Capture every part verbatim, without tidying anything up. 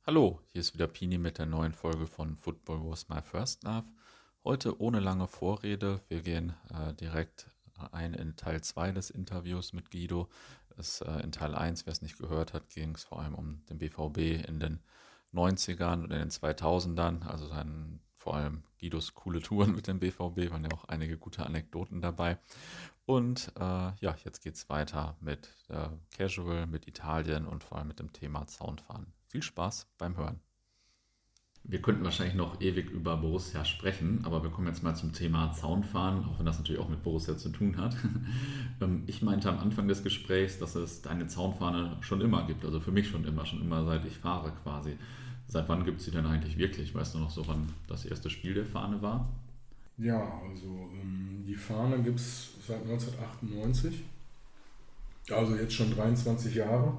Hallo, hier ist wieder Pini mit der neuen Folge von Football Was My First Love. Heute ohne lange Vorrede. Wir gehen äh, direkt ein in Teil zwei des Interviews mit Guido. Es, äh, in Teil eins, wer es nicht gehört hat, ging es vor allem um den B V B in den neunzigern und in den zweitausendern. Also dann vor allem Guidos coole Touren mit dem B V B, waren ja auch einige gute Anekdoten dabei. Und äh, ja, jetzt geht es weiter mit äh, Casual, mit Italien und vor allem mit dem Thema Zaunfahren. Viel Spaß beim Hören. Wir könnten wahrscheinlich noch ewig über Borussia sprechen, aber wir kommen jetzt mal zum Thema Zaunfahren, auch wenn das natürlich auch mit Borussia zu tun hat. Ich meinte am Anfang des Gesprächs, dass es deine Zaunfahne schon immer gibt, also für mich schon immer, schon immer seit ich fahre quasi. Seit wann gibt es sie denn eigentlich wirklich? Weißt du noch so, wann das erste Spiel der Fahne war? Ja, also ähm, die Fahne gibt es seit neunzehnhundertachtundneunzig, also jetzt schon dreiundzwanzig Jahre.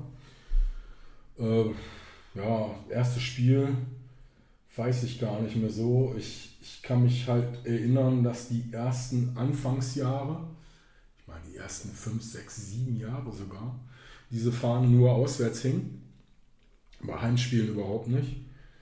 Äh, ja, erstes Spiel weiß ich gar nicht mehr so. Ich, ich kann mich halt erinnern, dass die ersten Anfangsjahre, ich meine die ersten fünf, sechs, sieben Jahre sogar, diese Fahne nur auswärts hing. Bei Heimspielen überhaupt nicht.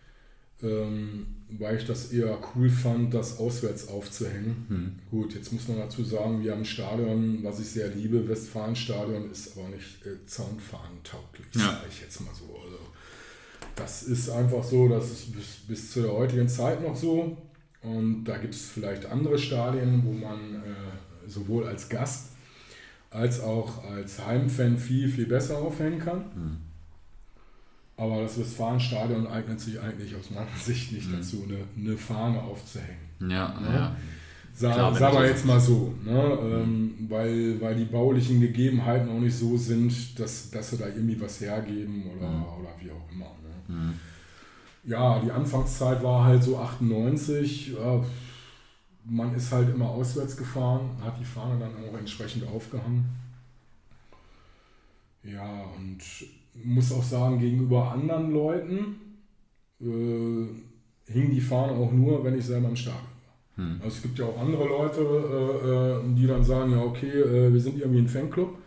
Ähm, weil ich das eher cool fand, das auswärts aufzuhängen. Hm. Gut, jetzt muss man dazu sagen, wir haben ein Stadion, was ich sehr liebe, Westfalenstadion, ist aber nicht äh, Zaunfahnentauglich, ja. Sage ich jetzt mal so. Also, das ist einfach so, das ist bis, bis zu der heutigen Zeit noch so. Und da gibt es vielleicht andere Stadien, wo man äh, sowohl als Gast als auch als Heimfan viel, viel besser aufhängen kann. Hm. Aber das Westfalenstadion eignet sich eigentlich aus meiner Sicht nicht mhm. dazu, eine, eine Fahne aufzuhängen. Ja, ne? ja. Sa- Klar, sagen wir jetzt mal so, ne? ähm, weil, weil die baulichen Gegebenheiten auch nicht so sind, dass, dass sie da irgendwie was hergeben oder, mhm. oder wie auch immer. Ne? Mhm. Ja, die Anfangszeit war halt so achtundneunzig. Ja, man ist halt immer auswärts gefahren, hat die Fahne dann auch entsprechend aufgehangen. Ja, und muss auch sagen, gegenüber anderen Leuten äh, hing die Fahne auch nur, wenn ich selber im Stadion war. Hm. Also es gibt ja auch andere Leute, äh, die dann sagen, ja okay, äh, wir sind irgendwie ein Fanclub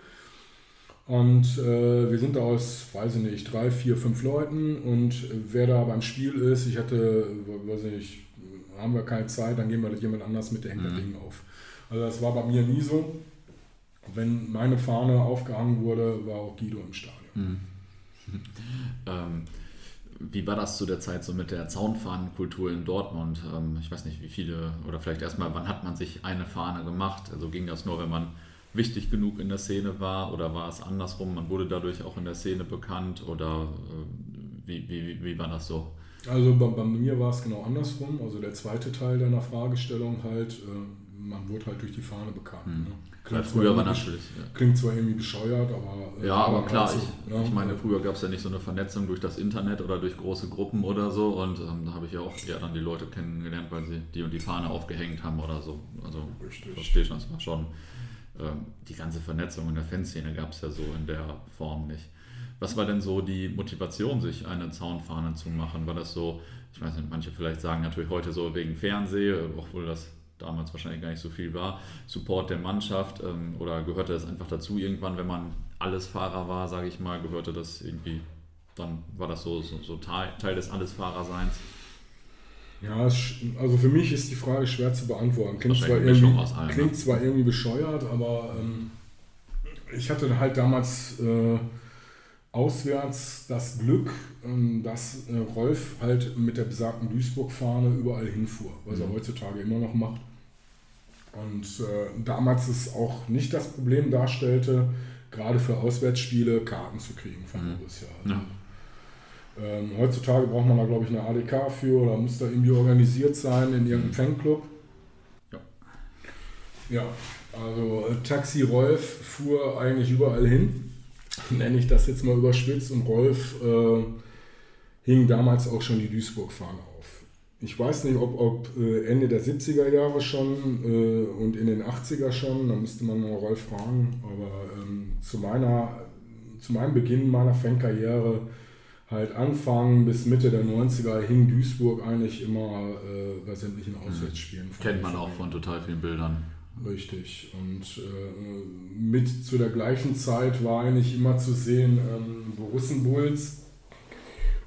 und äh, wir sind da aus, weiß ich nicht, drei, vier, fünf Leuten und wer da beim Spiel ist, ich hatte, weiß ich nicht, haben wir keine Zeit, dann gehen wir das jemand anders mit, der hängt hm. das Ding auf. Also das war bei mir nie so. Wenn meine Fahne aufgehangen wurde, war auch Guido im Stadion. Hm. ähm, wie war das zu der Zeit so mit der Zaunfahnenkultur in Dortmund? Ähm, ich weiß nicht, wie viele, oder vielleicht erstmal, wann hat man sich eine Fahne gemacht? Also ging das nur, wenn man wichtig genug in der Szene war, oder war es andersrum? Man wurde dadurch auch in der Szene bekannt, oder äh, wie, wie, wie war das so? Also bei, bei mir war es genau andersrum. Also der zweite Teil deiner Fragestellung halt, äh, man wurde halt durch die Fahne bekannt. Hm. Ne? Klingt früher war natürlich. Ja. Klingt zwar irgendwie bescheuert, aber. Äh, ja, aber klar, so, ich, ne? ich meine, früher gab es ja nicht so eine Vernetzung durch das Internet oder durch große Gruppen oder so, und ähm, da habe ich ja auch eher dann die Leute kennengelernt, weil sie die und die Fahne aufgehängt haben oder so. Also, Richtig. Verstehe schon, das war schon. Ähm, die ganze Vernetzung in der Fanszene gab es ja so in der Form nicht. Was war denn so die Motivation, sich eine Zaunfahne zu machen? War das so, ich weiß nicht, manche vielleicht sagen natürlich heute so wegen Fernsehen, obwohl das damals wahrscheinlich gar nicht so viel war, Support der Mannschaft, ähm, oder gehörte das einfach dazu irgendwann, wenn man alles Fahrer war, sage ich mal, gehörte das irgendwie, dann war das so, so, so Teil, Teil des Allesfahrerseins? Ja, also für mich ist die Frage schwer zu beantworten. Klingt, zwar allem, irgendwie, klingt zwar irgendwie bescheuert, aber ähm, ich hatte halt damals äh, auswärts das Glück, ähm, dass äh, Rolf halt mit der besagten Duisburg-Fahne überall hinfuhr, was mhm. er heutzutage immer noch macht. Und äh, damals es auch nicht das Problem darstellte, gerade für Auswärtsspiele Karten zu kriegen von mhm. Borussia. Ja. Ähm, heutzutage braucht man da, glaube ich, eine A D K für oder muss da irgendwie organisiert sein in irgendeinem Fanclub. Ja. Ja, also äh, Taxi Rolf fuhr eigentlich überall hin, nenne ich das jetzt mal überspitzt, und Rolf äh, hing damals auch schon die Duisburg-Fahne auf. Ich weiß nicht, ob, ob äh, Ende der siebziger Jahre schon äh, und in den achtziger schon, da müsste man mal Rolf fragen, aber ähm, zu, meiner, zu meinem Beginn meiner Fankarriere halt Anfang bis Mitte der neunziger hing Duisburg eigentlich immer äh, bei sämtlichen Auswärtsspielen. Mhm. Kennt man auch von total vielen Bildern. Richtig. Und äh, mit zu der gleichen Zeit war eigentlich immer zu sehen ähm, Borussen Bulls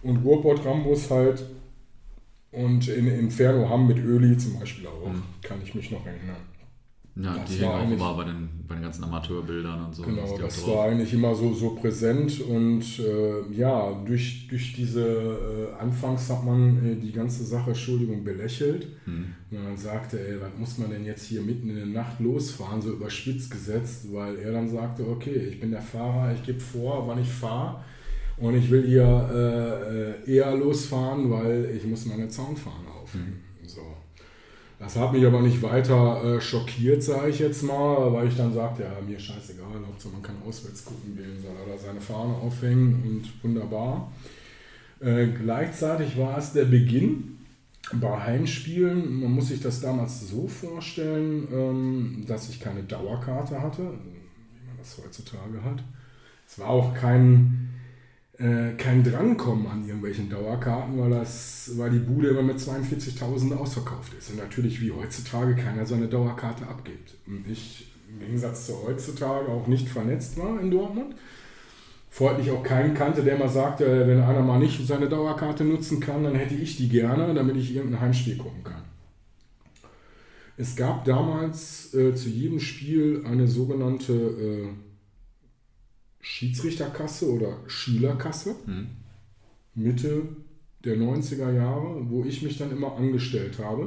Und Ruhrpott-Rambus halt und in Inferno Hamm mit Öli zum Beispiel auch, mhm. kann ich mich noch erinnern. Ja, das die hängen auch immer bei den, bei den ganzen Amanteurbildern und so. Genau, das, das war eigentlich immer so, so präsent und äh, ja, durch, durch diese, äh, anfangs hat man äh, die ganze Sache, Entschuldigung, belächelt. Hm. Und man sagte, ey, was muss man denn jetzt hier mitten in der Nacht losfahren, so überspitzt gesetzt, weil er dann sagte, okay, ich bin der Fahrer, ich gebe vor, wann ich fahre und ich will hier äh, eher losfahren, weil ich muss meine Zaunfahne aufhängen. Hm. So. Das hat mich aber nicht weiter äh, schockiert, sage ich jetzt mal, weil ich dann sagte, ja, mir scheißegal, Hauptsache man kann auswärts gucken gehen, soll er da seine Fahne aufhängen und wunderbar. Äh, gleichzeitig war es der Beginn bei Heimspielen. Man muss sich das damals so vorstellen, ähm, dass ich keine Dauerkarte hatte, wie man das heutzutage hat. Es war auch kein... kein Drankommen an irgendwelchen Dauerkarten, weil, das, weil die Bude immer mit zweiundvierzigtausend ausverkauft ist. Und natürlich wie heutzutage keiner seine Dauerkarte abgibt. Und ich im Gegensatz zu heutzutage auch nicht vernetzt war in Dortmund. Folglich auch keinen kannte, der mal sagte, wenn einer mal nicht seine Dauerkarte nutzen kann, dann hätte ich die gerne, damit ich irgendein Heimspiel gucken kann. Es gab damals äh, zu jedem Spiel eine sogenannte äh, Schiedsrichterkasse oder Schülerkasse, hm. Mitte der neunziger Jahre, wo ich mich dann immer angestellt habe.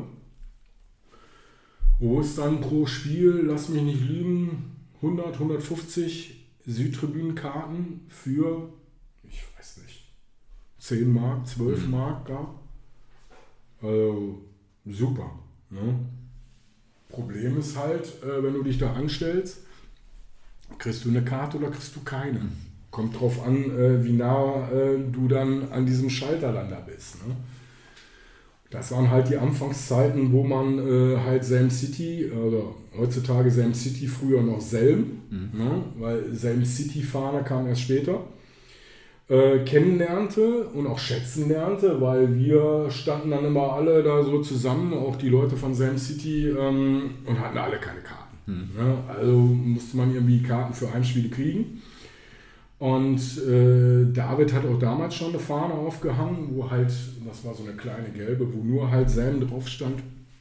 Wo es dann pro Spiel, lass mich nicht lügen, hundert, hundertfünfzig Südtribünenkarten für, ich weiß nicht, zehn Mark, zwölf hm. Mark gab. Also super. Ne? Problem ist halt, wenn du dich da anstellst, kriegst du eine Karte oder kriegst du keine? Kommt drauf an, äh, wie nah äh, du dann an diesem Schalter dann da bist. Ne? Das waren halt die Anfangszeiten, wo man äh, halt Selm City, oder heutzutage Selm City, früher noch Selm, mhm. ne? Weil Selm City Fahne kam erst später, äh, kennenlernte und auch schätzen lernte, weil wir standen dann immer alle da so zusammen, auch die Leute von Selm City, ähm, und hatten alle keine Karten. Hm. Ja, also musste man irgendwie Karten für Heimspiele kriegen. Und äh, David hat auch damals schon eine Fahne aufgehangen, wo halt, das war so eine kleine gelbe, wo nur halt Selm drauf stand.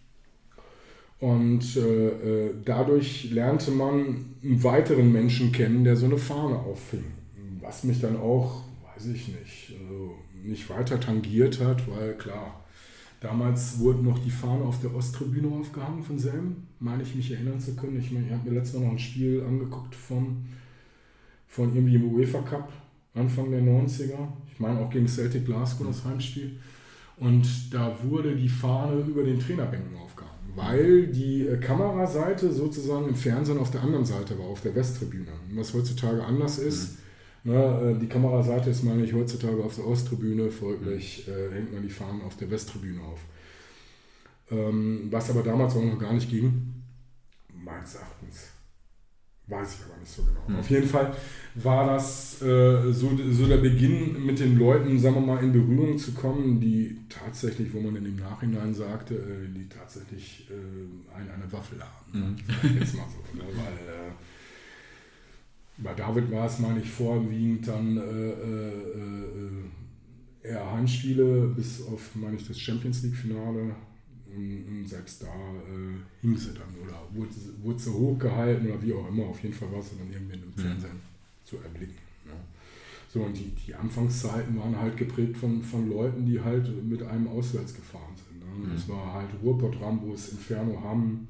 Und äh, dadurch lernte man einen weiteren Menschen kennen, der so eine Fahne auffing. Was mich dann auch, weiß ich nicht, also nicht weiter tangiert hat, weil klar, damals wurde noch die Fahne auf der Osttribüne aufgehangen von Selm, meine ich mich erinnern zu können. Ich meine, ich habe mir letztes Mal noch ein Spiel angeguckt vom, von irgendwie im UEFA Cup, Anfang der neunziger. Ich meine auch gegen Celtic Glasgow, das Heimspiel. Und da wurde die Fahne über den Trainerbänken aufgehangen, weil die Kameraseite sozusagen im Fernsehen auf der anderen Seite war, auf der Westtribüne. Was heutzutage anders ist, mhm. Na, die Kameraseite ist, meine ich, heutzutage auf der Osttribüne, folglich äh, hängt man die Fahnen auf der Westtribüne auf. Ähm, was aber damals auch noch gar nicht ging, meines Erachtens, weiß ich aber nicht so genau. Mhm. Auf jeden Fall war das äh, so, so der Beginn, mit den Leuten, sagen wir mal, in Berührung zu kommen, die tatsächlich, wo man in dem Nachhinein sagte, äh, die tatsächlich äh, eine, eine Waffel haben. Mhm. Jetzt mal so, ne? Weil äh, bei David war es, meine ich, vorwiegend dann äh, äh, eher Heimspiele, bis auf, meine ich, das Champions League-Finale. Und, und selbst da äh, hing sie dann oder wurde, wurde sie hochgehalten oder wie auch immer. Auf jeden Fall war sie dann irgendwie im Fernsehen mhm. zu erblicken. Ne? So, und die, die Anfangszeiten waren halt geprägt von, von Leuten, die halt mit einem auswärts gefahren sind. Ne? Mhm. Das war halt Ruhrpott, Rambus, Inferno, Hamm.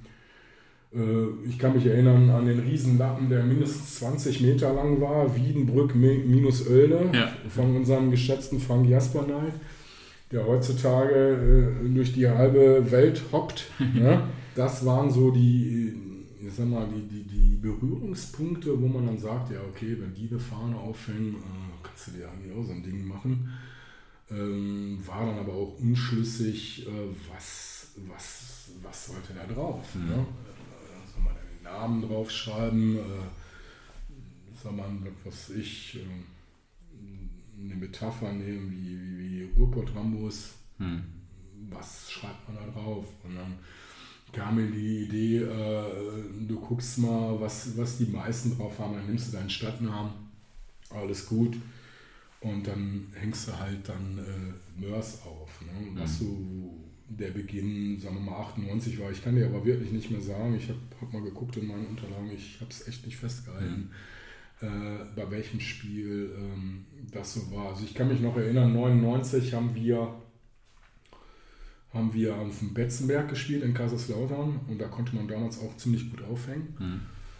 Ich kann mich erinnern an den Riesenlappen, der mindestens zwanzig Meter lang war, Wiedenbrück minus Oelde, ja. von unserem geschätzten Frank Jasperneid, der heutzutage äh, durch die halbe Welt hoppt. Ja. Das waren so die, ich sag mal, die, die, die Berührungspunkte, wo man dann sagt, ja okay, wenn die eine Fahne aufhängen, äh, kannst du dir eigentlich auch so ein Ding machen. Ähm, war dann aber auch unschlüssig, äh, was, was, was sollte da drauf. Mhm. Ne? Soll man den Namen draufschreiben, äh, soll man, was ich, äh, eine Metapher nehmen wie, wie, wie Ruhrpott Rambus, hm. was schreibt man da drauf? Und dann kam mir die Idee, äh, du guckst mal, was, was die meisten drauf haben, dann nimmst du deinen Stadtnamen, alles gut. Und dann hängst du halt dann äh, Mörs auf. Ne? Was so der Beginn, sagen wir mal achtundneunzig war. Ich kann dir aber wirklich nicht mehr sagen. Ich habe hab mal geguckt in meinen Unterlagen, ich habe es echt nicht festgehalten, mhm. äh, bei welchem Spiel ähm, das so war. Also ich kann mich noch erinnern, neunundneunzig haben wir, haben wir auf dem Betzenberg gespielt in Kaiserslautern und da konnte man damals auch ziemlich gut aufhängen. Mhm.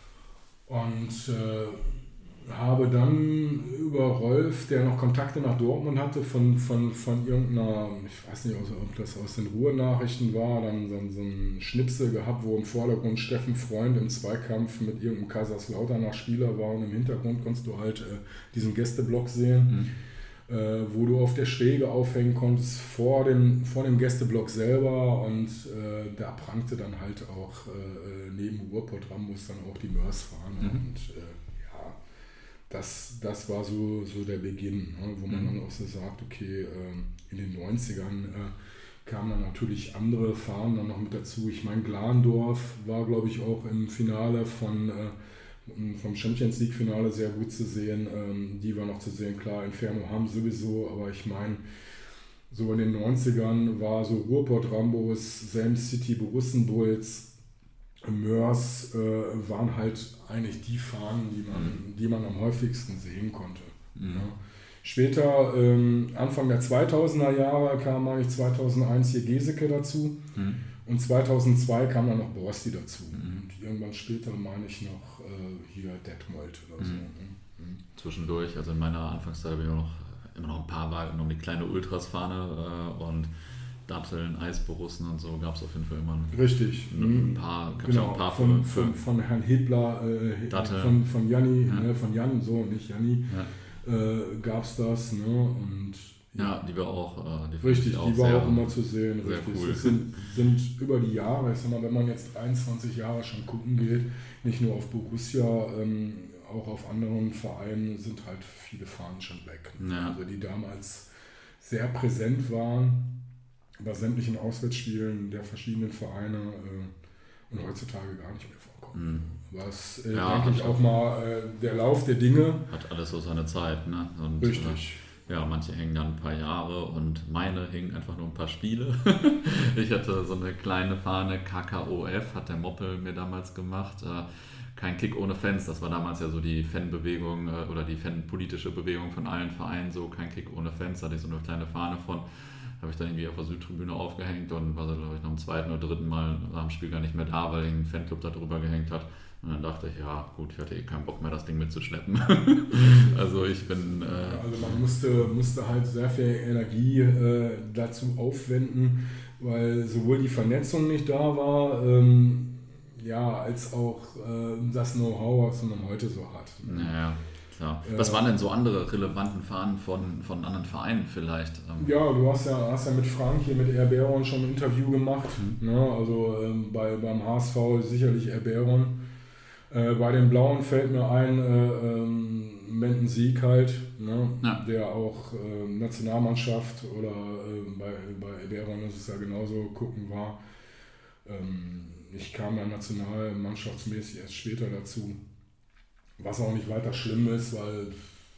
Und äh, habe dann über Rolf, der noch Kontakte nach Dortmund hatte, von, von, von irgendeiner, ich weiß nicht, ob das aus den Ruhrnachrichten war, dann so, so ein Schnipsel gehabt, wo im Vordergrund Steffen Freund im Zweikampf mit irgendeinem Kaiserslauterner Spieler war und im Hintergrund konntest du halt äh, diesen Gästeblock sehen, mhm. äh, wo du auf der Schräge aufhängen konntest vor dem, vor dem Gästeblock selber und äh, da prangte dann halt auch äh, neben Ruhrpott-Rambus dann auch die Mörs-Fahne mhm. und äh, Das, das war so, so der Beginn, ne, wo man mhm. dann auch so sagt, okay, äh, in den neunzigern äh, kamen dann natürlich andere Fahnen dann noch mit dazu. Ich meine, Glandorf war, glaube ich, auch im Finale von, äh, vom Champions League-Finale sehr gut zu sehen. Ähm, die war noch zu sehen, klar, Inferno Hamm sowieso, aber ich meine, so in den neunzigern war so Ruhrpott Rambus, Selm City, Borussen-Bulls, Mörs äh, waren halt eigentlich die Fahnen, die man, mhm. die man am häufigsten sehen konnte. Mhm. Ja. Später, ähm, Anfang der zweitausender Jahre, kam eigentlich zweitausendeins hier Geseke dazu mhm. und zweitausendzwei kam dann noch Borsti dazu. Mhm. Und irgendwann später meine ich noch äh, hier Detmold oder mhm. so. Mhm. Zwischendurch, also in meiner Anfangszeit habe ich noch, immer noch ein paar wahrgenommen, die kleine Ultras-Fahne äh, und Datteln, Eisborussen und so gab es auf jeden Fall immer Richtig. ein paar, genau. ein paar von, für, von, von Herrn Hitler, äh, von, von Janni, ja. ne, von Jan, so nicht Janni, ja. äh, gab es das. Ne, und, ja. ja, die war auch, äh, die richtig, auch die war sehr, auch immer zu sehen. Sehr richtig. cool. Es sind, sind über die Jahre, ich sag mal, wenn man jetzt einundzwanzig Jahre schon gucken geht, nicht nur auf Borussia, ähm, auch auf anderen Vereinen sind halt viele Fahnen schon weg. Ja. Also die damals sehr präsent waren bei sämtlichen Auswärtsspielen der verschiedenen Vereine äh, und heutzutage gar nicht mehr vorkommen. Mhm. Was, äh, ja, denke ich, auch mal äh, der Lauf der Dinge. Hat alles so seine Zeit, ne? Und, richtig. Äh, ja, manche hängen dann ein paar Jahre und meine hingen einfach nur ein paar Spiele. Ich hatte so eine kleine Fahne, K K O F, hat der Moppel mir damals gemacht. Äh, kein Kick ohne Fans, das war damals ja so die Fanbewegung äh, oder die fanpolitische Bewegung von allen Vereinen, so kein Kick ohne Fans, da hatte ich so eine kleine Fahne von. Habe ich dann irgendwie auf der Südtribüne aufgehängt und war so, glaube ich, noch im zweiten oder dritten Mal nach dem Spiel gar nicht mehr da, weil ein Fanclub da drüber gehängt hat. Und dann dachte ich, ja gut, ich hatte eh keinen Bock mehr, das Ding mitzuschleppen. Also ich bin... Äh also man musste, musste halt sehr viel Energie äh, dazu aufwenden, weil sowohl die Vernetzung nicht da war, ähm, ja, als auch äh, das Know-how, was man heute so hat. Naja. Ja. Was waren denn so andere relevanten Fahnen von, von anderen Vereinen vielleicht? Ja, du hast ja, hast ja mit Frank hier mit Air Beron schon ein Interview gemacht. Mhm. Ne? Also ähm, bei, beim H S V sicherlich Air Beron. Äh, bei den Blauen fällt mir ein äh, ähm, Menden Sieg halt, ne? Ja. Der auch äh, Nationalmannschaft oder äh, bei, bei Air Beron ist es ja genauso gucken war. Ähm, ich kam dann nationalmannschaftsmäßig erst später dazu. Was auch nicht weiter schlimm ist, weil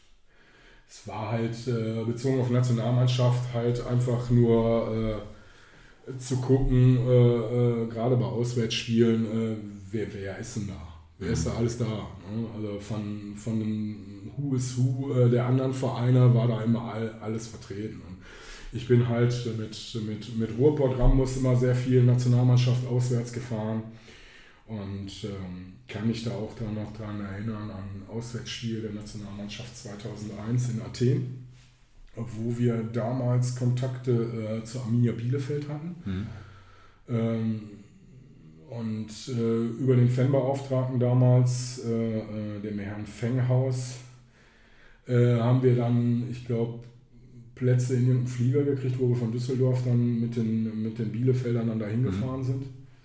es war halt äh, bezogen auf Nationalmannschaft halt einfach nur äh, zu gucken, äh, äh, gerade bei Auswärtsspielen, äh, wer, wer ist denn da? Wer ist da alles da? Ne? Also von, von dem Who is Who äh, der anderen Vereine war da immer all, alles vertreten. Und ich bin halt mit, mit, mit Ruhrpott Rambus immer sehr viel Nationalmannschaft auswärts gefahren. Und ähm, kann mich da auch dann noch daran erinnern an Auswärtsspiel der Nationalmannschaft zweitausendeins in Athen, wo wir damals Kontakte äh, zu Arminia Bielefeld hatten. Mhm. Ähm, und äh, über den Fanbeauftragten damals, äh, äh, dem Herrn Fenghaus, äh, haben wir dann, ich glaube, Plätze in irgendeinem Flieger gekriegt, wo wir von Düsseldorf dann mit den, mit den Bielefeldern dann dahin gefahren mhm. sind.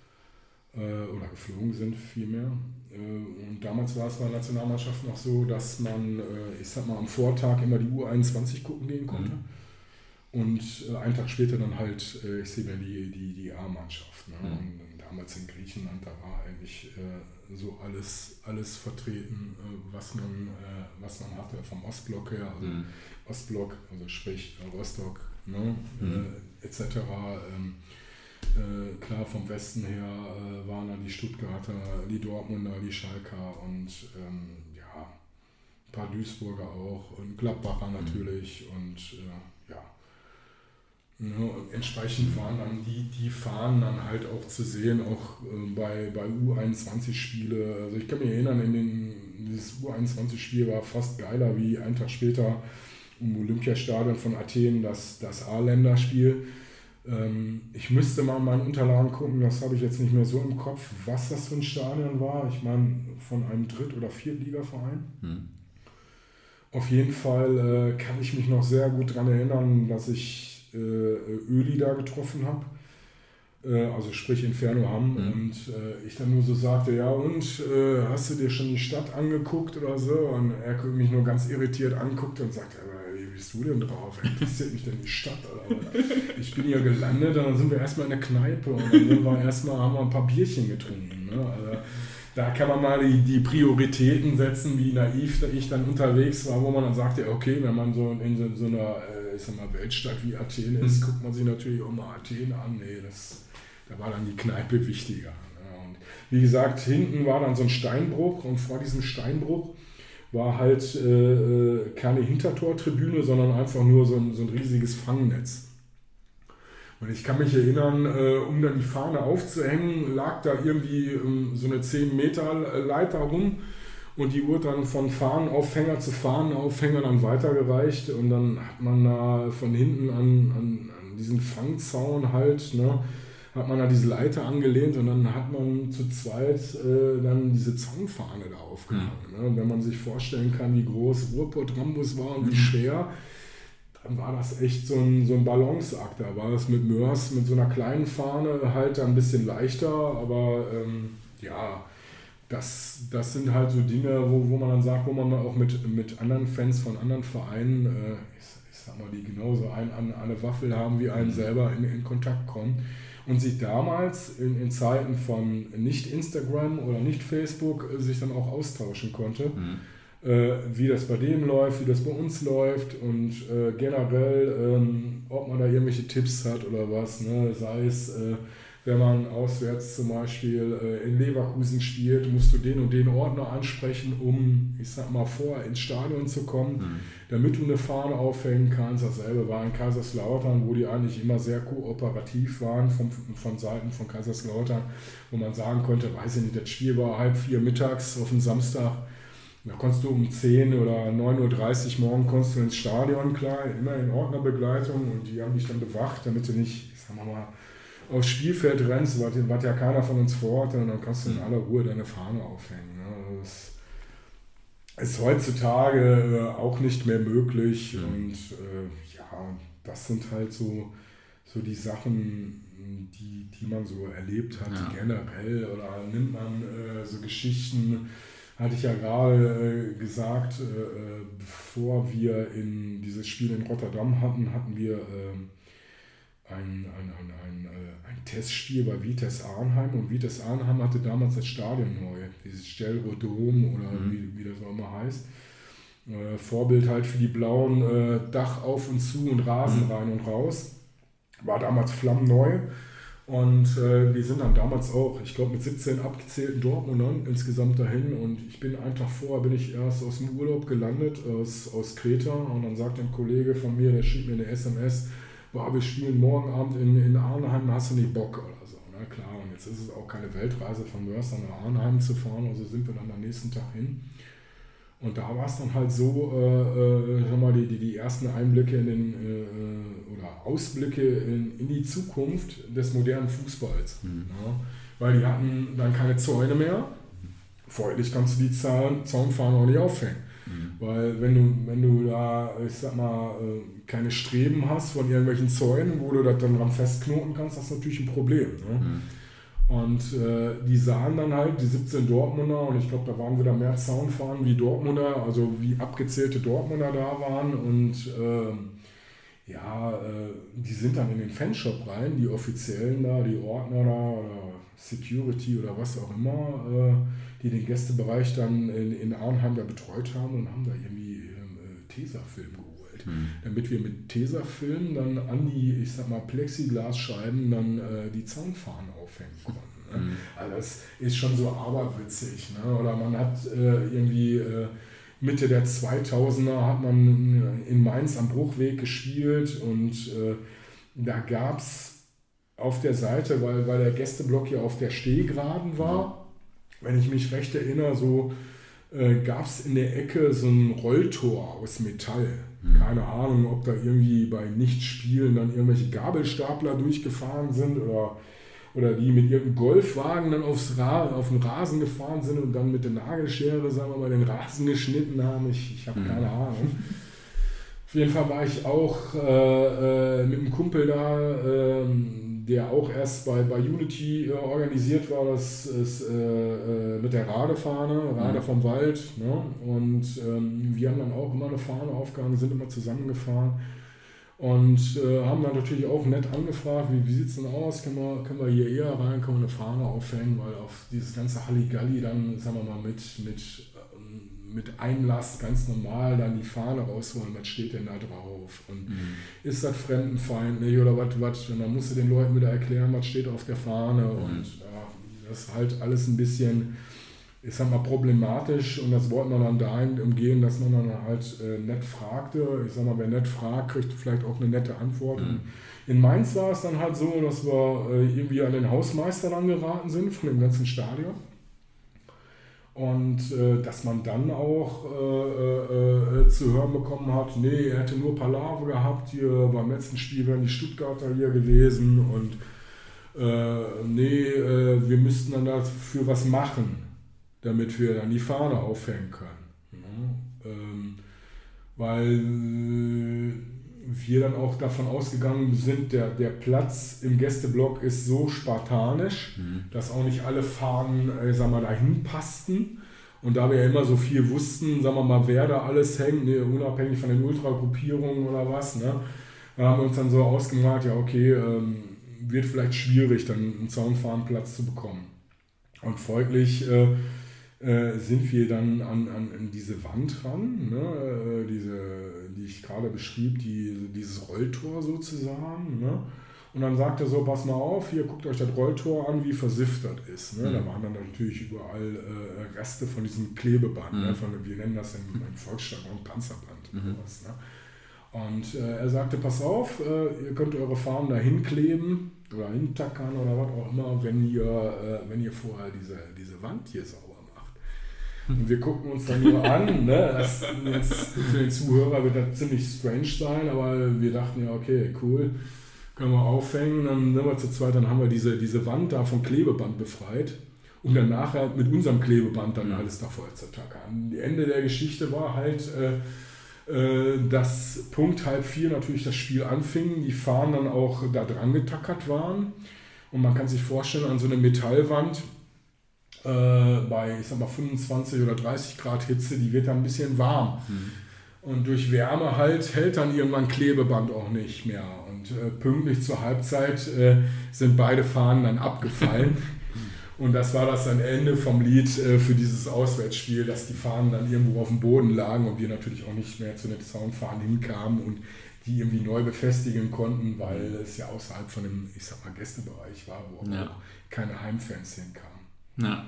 Oder geflogen sind vielmehr. Und damals war es bei der Nationalmannschaft noch so, dass man, ich sag mal, am Vortag immer die U einundzwanzig gucken gehen konnte. Mhm. und äh, einen Tag später dann halt, äh, ich sehe mir die, die, die A-Mannschaft. Ne? Mhm. Und damals in Griechenland, da war eigentlich äh, so alles, alles vertreten, äh, was, man, äh, was man hatte vom Ostblock her, also mhm. Ostblock, also sprich Rostock, ne? mhm. äh, et cetera. Ähm, äh, klar, vom Westen her äh, waren da die Stuttgarter, die Dortmunder, die Schalker und ähm, ja, ein paar Duisburger auch und Gladbacher natürlich mhm. und äh, ja. Ne, entsprechend waren dann die, die Fahnen dann halt auch zu sehen, auch äh, bei, bei U einundzwanzig-Spiele. Also ich kann mich erinnern, in den, dieses U einundzwanzig-Spiel war fast geiler wie einen Tag später im Olympiastadion von Athen das, das A-Länderspiel. Ähm, ich müsste mal in meinen Unterlagen gucken, das habe ich jetzt nicht mehr so im Kopf, was das für ein Stadion war. Ich meine, von einem Dritt- oder Viertligaverein. Hm. Auf jeden Fall äh, kann ich mich noch sehr gut daran erinnern, dass ich Öli da getroffen habe, äh, also sprich Inferno Hamm, mhm. und äh, ich dann nur so sagte, ja und, äh, hast du dir schon die Stadt angeguckt oder so? Und er mich nur ganz irritiert anguckt und sagte, wie bist du denn drauf? Interessiert mich denn die Stadt? Oder? Ich bin hier gelandet und dann sind wir erstmal in der Kneipe und dann sind wir erstmal, haben wir ein paar Bierchen getrunken. Ne? Also, da kann man mal die, die Prioritäten setzen, wie naiv ich dann unterwegs war, wo man dann sagte, okay, wenn man so in so, so einer ich sag mal, Weltstadt wie Athen ist, mhm. guckt man sich natürlich auch mal Athen an. Nee, das, da war dann die Kneipe wichtiger. Ne? Und wie gesagt, hinten war dann so ein Steinbruch und vor diesem Steinbruch war halt äh, keine Hintertortribüne, sondern einfach nur so ein, so ein riesiges Fangnetz. Und ich kann mich erinnern, äh, um dann die Fahne aufzuhängen, lag da irgendwie ähm, so eine zehn Meter Leiter rum. Und die wurde dann von Fahnenaufhänger zu Fahnenaufhänger dann weitergereicht und dann hat man da von hinten an, an, an diesen Fangzaun halt, ne, hat man da diese Leiter angelehnt und dann hat man zu zweit äh, dann diese Zaunfahne da aufgehangen. Mhm. Ne. Und wenn man sich vorstellen kann, wie groß Ruhrpott-Rambus war und wie schwer, dann war das echt so ein, so ein Balanceakt. Da war das mit Mörs, mit so einer kleinen Fahne halt ein bisschen leichter, aber ähm, ja, Das, das sind halt so Dinge, wo, wo man dann sagt, wo man auch mit, mit anderen Fans von anderen Vereinen, äh, ich, ich sag mal, die genauso ein, an, eine Waffel haben wie einen selber, in, in Kontakt kommen. Und sich damals in, in Zeiten von nicht Instagram oder nicht Facebook äh, sich dann auch austauschen konnte, mhm. äh, wie das bei dem läuft, wie das bei uns läuft und äh, generell, ähm, ob man da irgendwelche Tipps hat oder was, ne? Sei es äh, wenn man auswärts zum Beispiel äh, in Leverkusen spielt, musst du den und den Ordner ansprechen, um, ich sag mal, vorher ins Stadion zu kommen, mhm. damit du eine Fahne aufhängen kannst. Dasselbe war in Kaiserslautern, wo die eigentlich immer sehr kooperativ waren von, von Seiten von Kaiserslautern, wo man sagen konnte, weiß ich nicht, das Spiel war halb vier mittags auf dem Samstag, da konntest du um zehn oder neun Uhr dreißig morgen konntest du ins Stadion, klar, immer in Ordnerbegleitung und die haben dich dann bewacht, damit du nicht, ich sag mal, aufs Spielfeld rennst, was ja keiner von uns vorhat, und dann kannst du in aller Ruhe deine Fahne aufhängen. Ne? Das ist heutzutage auch nicht mehr möglich. Mhm. Und äh, ja, das sind halt so, so die Sachen, die, die man so erlebt hat, ja. generell. Oder nimmt man äh, so Geschichten, hatte ich ja gerade äh, gesagt, äh, bevor wir in dieses Spiel in Rotterdam hatten, hatten wir äh, Ein, ein, ein, ein, ein Testspiel bei Vitesse Arnheim, und Vitesse Arnheim hatte damals das Stadion neu, dieses Stellrodom oder mhm. wie, wie das auch immer heißt. Äh, Vorbild halt für die Blauen, äh, Dach auf und zu und Rasen mhm. rein und raus. War damals flammneu und äh, wir sind dann damals auch, ich glaube mit siebzehn abgezählten Dortmundern insgesamt dahin, und ich bin einen Tag vorher, bin ich erst aus dem Urlaub gelandet, aus, aus Kreta, und dann sagt ein Kollege von mir, der schrieb mir eine S M S, boah, wir spielen morgen Abend in, in Arnheim, hast du nicht Bock oder so. Na klar, und jetzt ist es auch keine Weltreise von Mörs nach Arnheim zu fahren, also sind wir dann am nächsten Tag hin. Und da war es dann halt so, äh, äh, mal die, die, die ersten Einblicke in den, äh, oder Ausblicke in, in die Zukunft des modernen Fußballs. Mhm. Ja, weil die hatten dann keine Zäune mehr. Folglich kannst du die Zaun, Zaunfahne auch nicht aufhängen. Mhm. Weil wenn du, wenn du da, ich sag mal, keine Streben hast von irgendwelchen Zäunen, wo du das dann dran festknoten kannst, das ist natürlich ein Problem. Ne? Mhm. Und äh, die sahen dann halt, die siebzehn Dortmunder, und ich glaube, da waren wieder mehr Zaunfahnen wie Dortmunder, also wie abgezählte Dortmunder da waren, und äh, ja, äh, die sind dann in den Fanshop rein, die Offiziellen da, die Ordner da oder Security oder was auch immer, äh, die den Gästebereich dann in, in Arnheim da betreut haben und haben da irgendwie äh, Tesafilm geholt. Mhm. Damit wir mit Tesafilm dann an die, ich sag mal, Plexiglasscheiben dann äh, die Zaunfahnen aufhängen konnten. Ne? Mhm. Also das ist schon so aberwitzig. Ne? Oder man hat äh, irgendwie äh, Mitte der zweitausender hat man in Mainz am Bruchweg gespielt und äh, da gab es auf der Seite, weil, weil der Gästeblock ja auf der Stehgeraden war, wenn ich mich recht erinnere, so äh, gab es in der Ecke so ein Rolltor aus Metall. Mhm. Keine Ahnung, ob da irgendwie bei Nichtspielen dann irgendwelche Gabelstapler durchgefahren sind oder, oder die mit ihrem Golfwagen dann aufs Ra- auf den Rasen gefahren sind und dann mit der Nagelschere, sagen wir mal, den Rasen geschnitten haben. Ich, ich habe mhm. keine Ahnung. Auf jeden Fall war ich auch äh, äh, mit einem Kumpel da, äh, der auch erst bei, bei Unity äh, organisiert war, das ist äh, äh, mit der Radefahne, Rade mhm. vom Wald. Ne? Und ähm, wir haben dann auch immer eine Fahne aufgehangen, sind immer zusammengefahren und äh, haben dann natürlich auch nett angefragt, wie, wie sieht es denn aus, können wir, können wir hier eher rein, können wir eine Fahne aufhängen, weil auf dieses ganze Halligalli dann, sagen wir mal, mit, mit mit Einlass ganz normal dann die Fahne rausholen, was steht denn da drauf und mhm. ist das fremdenfeindlich oder was, was, und dann musst du den Leuten wieder erklären, was steht auf der Fahne mhm. und ja, das ist halt alles ein bisschen, ich sag mal, problematisch und das wollte man dann dahin umgehen, dass man dann halt äh, nett fragte, ich sag mal, wer nett fragt, kriegt vielleicht auch eine nette Antwort. Mhm. In Mainz war es dann halt so, dass wir äh, irgendwie an den Hausmeister dann geraten sind von dem ganzen Stadion. Und äh, dass man dann auch äh, äh, zu hören bekommen hat, nee, er hätte nur Palaver gehabt, hier beim letzten Spiel wären die Stuttgarter hier gewesen und äh, nee, äh, wir müssten dann dafür was machen, damit wir dann die Fahne aufhängen können. Ja? Ähm, weil wir dann auch davon ausgegangen sind, der, der Platz im Gästeblock ist so spartanisch, mhm. dass auch nicht alle Fahnen äh, sagen wir, dahin passten. Und da wir ja immer so viel wussten, sagen wir mal, wer da alles hängt, ne, unabhängig von den Ultragruppierungen oder was, ne, da haben wir uns dann so ausgemalt, ja okay, ähm, wird vielleicht schwierig, dann einen Zaunfahnenplatz zu bekommen. Und folglich äh, äh, sind wir dann an, an, an diese Wand ran, ne, äh, diese, die ich gerade beschrieb, die, dieses Rolltor sozusagen. Ne? Und dann sagt er so, pass mal auf, hier guckt euch das Rolltor an, wie versifft das ist. Ne? Mhm. Da waren dann natürlich überall äh, Reste von diesem Klebeband, mhm. ne? von, wir nennen das im, im Volksjargon Panzerband. Mhm. Sowas, ne? Und äh, er sagte, pass auf, äh, ihr könnt eure Fahnen da hinkleben oder hintackern oder was auch immer, wenn ihr, äh, wenn ihr vorher diese, diese Wand hier sauber macht. Und wir gucken uns dann nur an, ne? Das jetzt für den Zuhörer wird das ziemlich strange sein, aber wir dachten ja, okay, cool, können wir aufhängen, dann sind wir zu zweit, dann haben wir diese, diese Wand da vom Klebeband befreit, um dann nachher mit unserem Klebeband dann alles da voll zu tackern. Das Ende der Geschichte war halt, äh, dass Punkt halb vier natürlich das Spiel anfing, die Fahnen dann auch da dran getackert waren und man kann sich vorstellen, an so einer Metallwand äh, bei, ich sag mal, fünfundzwanzig oder dreißig Grad Hitze, die wird dann ein bisschen warm mhm. und durch Wärme halt hält dann irgendwann Klebeband auch nicht mehr und äh, pünktlich zur Halbzeit äh, sind beide Fahnen dann abgefallen. Und das war das dann Ende vom Lied äh, für dieses Auswärtsspiel, dass die Fahnen dann irgendwo auf dem Boden lagen und wir natürlich auch nicht mehr zu den Zaunfahnen hinkamen und die irgendwie neu befestigen konnten, weil es ja außerhalb von dem, ich sag mal, Gästebereich war, wo ja. auch keine Heimfans hinkamen. Ja.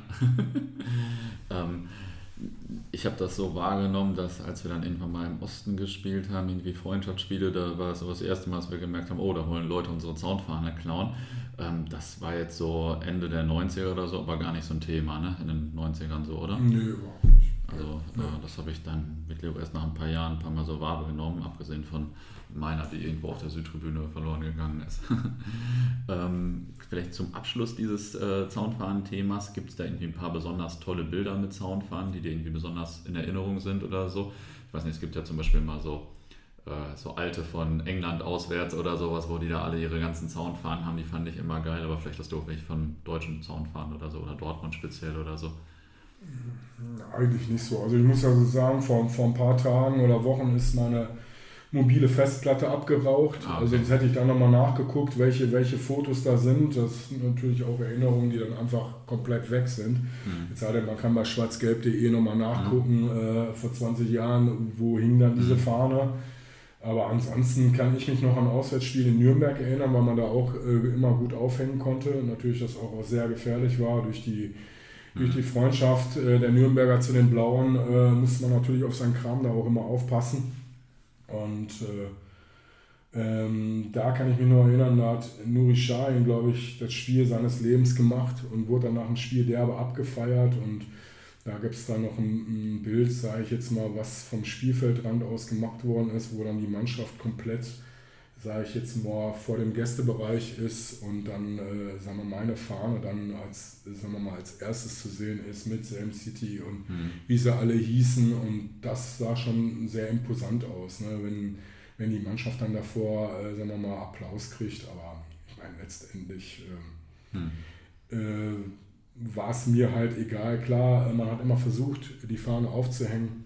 ähm, ich habe das so wahrgenommen, dass als wir dann irgendwann mal im Osten gespielt haben, irgendwie Freundschaftsspiele, da war es so das erste Mal, dass wir gemerkt haben, oh, da wollen Leute unsere Zaunfahne klauen. Ähm, das war jetzt so Ende der neunziger oder so, aber gar nicht so ein Thema, ne? In den neunzigern so, oder? Nö, überhaupt nicht. Also äh, das habe ich dann mit Leo erst nach ein paar Jahren ein paar Mal so wahrgenommen, abgesehen von meiner, die irgendwo auf der Südtribüne verloren gegangen ist. ähm, vielleicht zum Abschluss dieses äh, Zaunfahnen-Themas, gibt es da irgendwie ein paar besonders tolle Bilder mit Zaunfahnen, die dir irgendwie besonders in Erinnerung sind oder so? Ich weiß nicht, es gibt ja zum Beispiel mal so so alte von England auswärts oder sowas, wo die da alle ihre ganzen Zaunfahnen haben, die fand ich immer geil, aber vielleicht hast du auch welche von deutschen Zaunfahnen oder so, oder Dortmund speziell oder so. Eigentlich nicht so. Also ich muss also sagen, vor, vor ein paar Tagen oder Wochen ist meine, mobile Festplatte abgeraucht. Ah, okay. Also sonst hätte ich da nochmal nachgeguckt, welche, welche Fotos da sind. Das sind natürlich auch Erinnerungen, die dann einfach komplett weg sind. Mhm. Jetzt halt, man kann bei schwarzgelb punkt de nochmal nachgucken, mhm. äh, vor zwanzig Jahren, wo hing dann diese mhm. Fahne. Aber ansonsten kann ich mich noch an Auswärtsspiele in Nürnberg erinnern, weil man da auch äh, immer gut aufhängen konnte. Natürlich, das auch, auch sehr gefährlich war durch die Durch die Freundschaft äh, der Nürnberger zu den Blauen äh, musste man natürlich auf seinen Kram da auch immer aufpassen. Und äh, ähm, da kann ich mich noch erinnern, da hat Nuri Sahin, glaube ich, das Spiel seines Lebens gemacht und wurde dann nach dem Spiel derbe abgefeiert. Und da gibt es dann noch ein, ein Bild, sage ich jetzt mal, was vom Spielfeldrand aus gemacht worden ist, wo dann die Mannschaft komplett, sage ich jetzt mal, vor dem Gästebereich ist und dann, äh, sagen wir, meine Fahne dann als, sagen wir mal, als erstes zu sehen ist mit Sam City und mhm. wie sie alle hießen, und das sah schon sehr imposant aus, ne? wenn, wenn die Mannschaft dann davor, äh, sagen wir mal, Applaus kriegt, aber ich meine, letztendlich äh, mhm. äh, war es mir halt egal. Klar, man hat immer versucht, die Fahne aufzuhängen.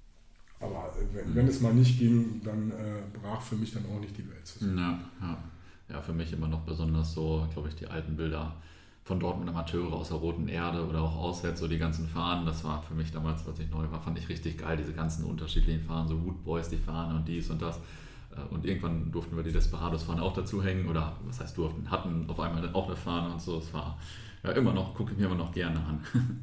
Aber wenn, wenn es mal nicht ging, dann äh, brach für mich dann auch nicht die Welt zusammen. Ja, ja. ja, für mich immer noch besonders so, glaube ich, die alten Bilder von Dortmund Amateure aus der Roten Erde oder auch auswärts, so die ganzen Fahnen. Das war für mich damals, als ich neu war, fand ich richtig geil, diese ganzen unterschiedlichen Fahnen, so Wood Boys, die Fahne und dies und das. Und irgendwann durften wir die Desperados-Fahne auch dazu hängen, oder was heißt durften, hatten auf einmal auch eine Fahne und so. Es war ja immer noch, gucke ich mir immer noch gerne an.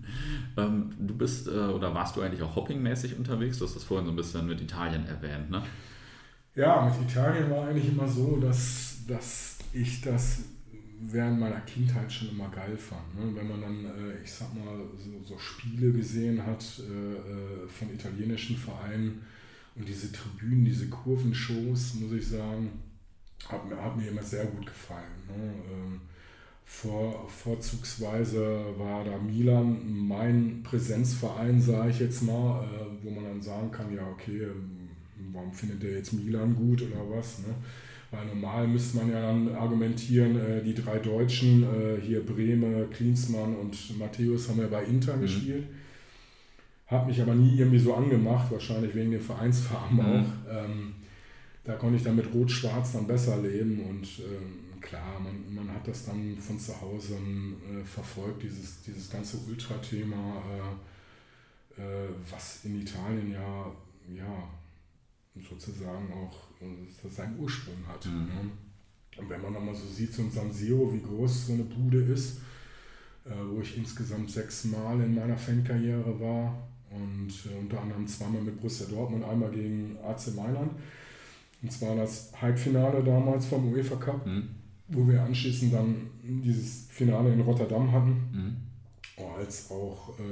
ähm, du bist, äh, oder warst du eigentlich auch hoppingmäßig unterwegs? Du hast das vorhin so ein bisschen mit Italien erwähnt, ne? Ja, mit Italien war eigentlich immer so, dass, dass ich das während meiner Kindheit schon immer geil fand. Ne? Wenn man dann, äh, ich sag mal, so, so Spiele gesehen hat äh, von italienischen Vereinen und diese Tribünen, diese Kurvenshows, muss ich sagen, hat, hat mir immer sehr gut gefallen. Ne? Ähm, Vor, vorzugsweise war da Milan mein Präsenzverein, sage ich jetzt mal, äh, wo man dann sagen kann, ja okay, warum findet der jetzt Milan gut oder was? Ne? Weil normal müsste man ja dann argumentieren, äh, die drei Deutschen, äh, hier Brehme, Klinsmann und Matthäus, haben ja bei Inter mhm. gespielt. Hat mich aber nie irgendwie so angemacht, wahrscheinlich wegen den Vereinsfarben mhm. auch. Ähm, da konnte ich dann mit Rot-Schwarz dann besser leben und ähm, klar, man, man hat das dann von zu Hause äh, verfolgt, dieses, dieses ganze Ultra-Thema, äh, äh, was in Italien ja, ja sozusagen auch äh, seinen Ursprung hat. Mhm. Ne? Und wenn man nochmal so sieht, so ein San Siro, wie groß so eine Bude ist, äh, wo ich insgesamt sechs Mal in meiner Fankarriere war und äh, unter anderem zweimal mit Borussia Dortmund, einmal gegen A C Mailand. Und zwar das Halbfinale damals vom UEFA Cup. Mhm. Wo wir anschließend dann dieses Finale in Rotterdam hatten, mhm. als auch äh,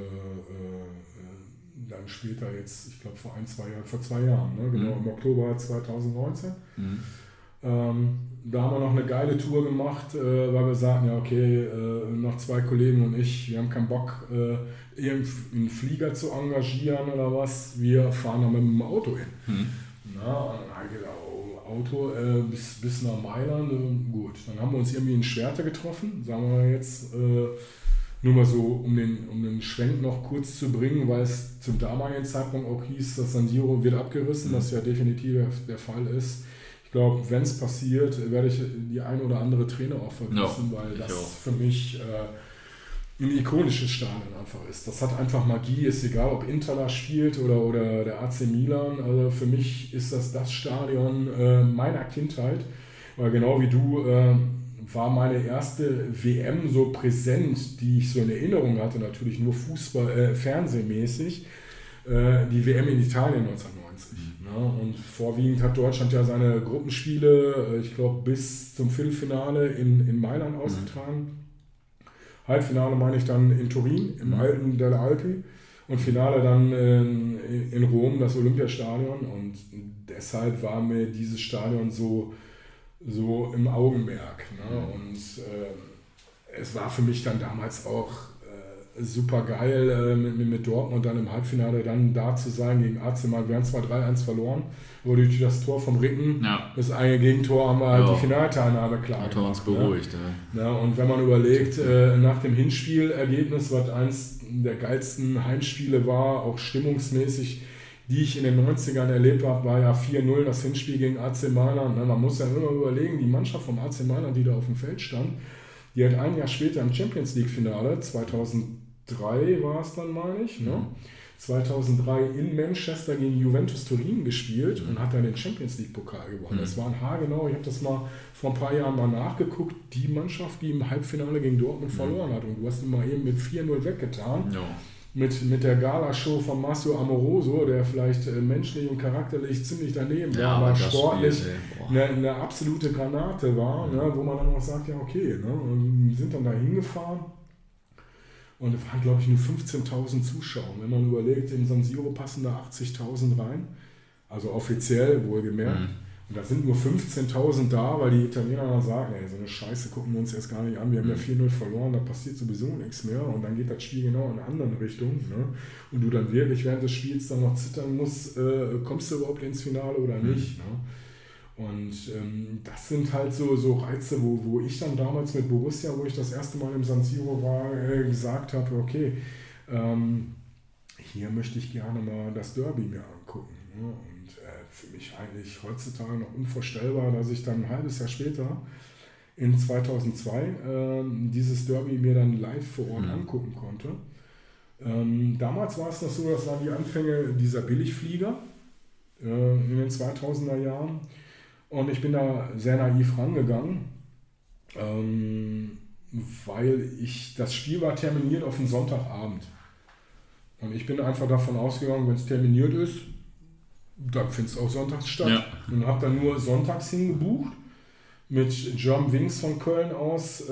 äh, dann später jetzt, ich glaube vor ein, zwei Jahren, vor zwei Jahren, ne? genau mhm. im Oktober zwanzig neunzehn. Mhm. Ähm, da haben wir noch eine geile Tour gemacht, äh, weil wir sagten, ja okay, äh, noch zwei Kollegen und ich, wir haben keinen Bock, äh, irgendeinen Flieger zu engagieren oder was, wir fahren da mit dem Auto hin. Mhm. Na, und dann habe ich gedacht, Auto äh, bis, bis nach Mailand, äh, gut. Dann haben wir uns irgendwie in Schwerte getroffen, sagen wir jetzt, äh, nur mal so, um den, um den Schwenk noch kurz zu bringen, weil es zum damaligen Zeitpunkt auch hieß, dass San Siro wird abgerissen, mhm. was ja definitiv der, der Fall ist. Ich glaube, wenn es passiert, werde ich die ein oder andere Träne auch vergessen, no, weil das auch. für mich äh, ein ikonisches Stadion einfach ist. Das hat einfach Magie, ist egal, ob Inter da spielt oder, oder der A C Milan. Also für mich ist das das Stadion äh, meiner Kindheit, weil genau wie du äh, war meine erste W M so präsent, die ich so in Erinnerung hatte, natürlich nur Fußball, äh, fernsehmäßig, äh, die W M in Italien neunzehnhundertneunzig. Mhm. Ne? Und vorwiegend hat Deutschland ja seine Gruppenspiele, äh, ich glaube, bis zum Viertelfinale in, in Mailand mhm. ausgetragen. Halbfinale meine ich dann in Turin, im mhm. alten Delle Alpi, und Finale dann in, in Rom, das Olympiastadion. Und deshalb war mir dieses Stadion so, so im Augenmerk. Ne? Mhm. Und äh, es war für mich dann damals auch äh, super geil, äh, mit, mit Dortmund dann im Halbfinale dann da zu sein gegen A C Mailand. Wir haben zwar drei eins verloren, aber durch das Tor vom Ricken, ja. das eine Gegentor, haben wir halt ja. die Finalteilnahme klar gemacht. Hat uns beruhigt. Ne? Ja. Und wenn man überlegt, äh, nach dem Hinspielergebnis, was eins der geilsten Heimspiele war, auch stimmungsmäßig, die ich in den neunzigern erlebt habe, war ja vier null das Hinspiel gegen A C Mailand. Man muss ja immer überlegen, die Mannschaft vom A C Mailand, die da auf dem Feld stand, die hat ein Jahr später im Champions League-Finale, zweitausenddrei war es dann, meine ich, ne? zweitausenddrei in Manchester gegen Juventus Turin gespielt und hat dann den Champions League-Pokal gewonnen. Mhm. Das war ein haargenau, ich habe das mal vor ein paar Jahren mal nachgeguckt, die Mannschaft, die im Halbfinale gegen Dortmund mhm. verloren hat. Und du hast ihn mal eben mit vier null weggetan. Ja. Mit, mit der Gala-Show von Marcio Amoroso, der vielleicht äh, menschlich und charakterlich ziemlich daneben ja, war, aber sportlich eine, eine absolute Granate war, mhm. ne, wo man dann auch sagt, ja okay, ne, und sind dann da hingefahren. Und es waren, glaube ich, nur fünfzehntausend Zuschauer. Wenn man überlegt, in San Siro passen da achtzigtausend rein. Also offiziell wohlgemerkt. Mhm. Und da sind nur fünfzehntausend da, weil die Italiener dann sagen, ey, so eine Scheiße gucken wir uns jetzt gar nicht an. Wir haben ja vier null verloren, da passiert sowieso nichts mehr. Und dann geht das Spiel genau in eine andere Richtung. Ne? Und du dann wirklich während des Spiels dann noch zittern musst, äh, kommst du überhaupt ins Finale oder nicht. Mhm. Ne? Und ähm, das sind halt so, so Reize, wo, wo ich dann damals mit Borussia, wo ich das erste Mal im San Siro war, äh, gesagt habe, okay, ähm, hier möchte ich gerne mal das Derby mir angucken. Ne? Und äh, für mich eigentlich heutzutage noch unvorstellbar, dass ich dann ein halbes Jahr später in zweitausendzwei äh, dieses Derby mir dann live vor Ort mhm. angucken konnte. Ähm, damals war es noch so, das waren die Anfänge dieser Billigflieger äh, in den zweitausender Jahren. Und ich bin da sehr naiv rangegangen, ähm, weil ich, das Spiel war terminiert auf einen Sonntagabend. Und ich bin einfach davon ausgegangen, wenn es terminiert ist, dann findet es auch sonntags statt. Ja. Und habe dann nur sonntags hingebucht, mit German Wings von Köln aus äh,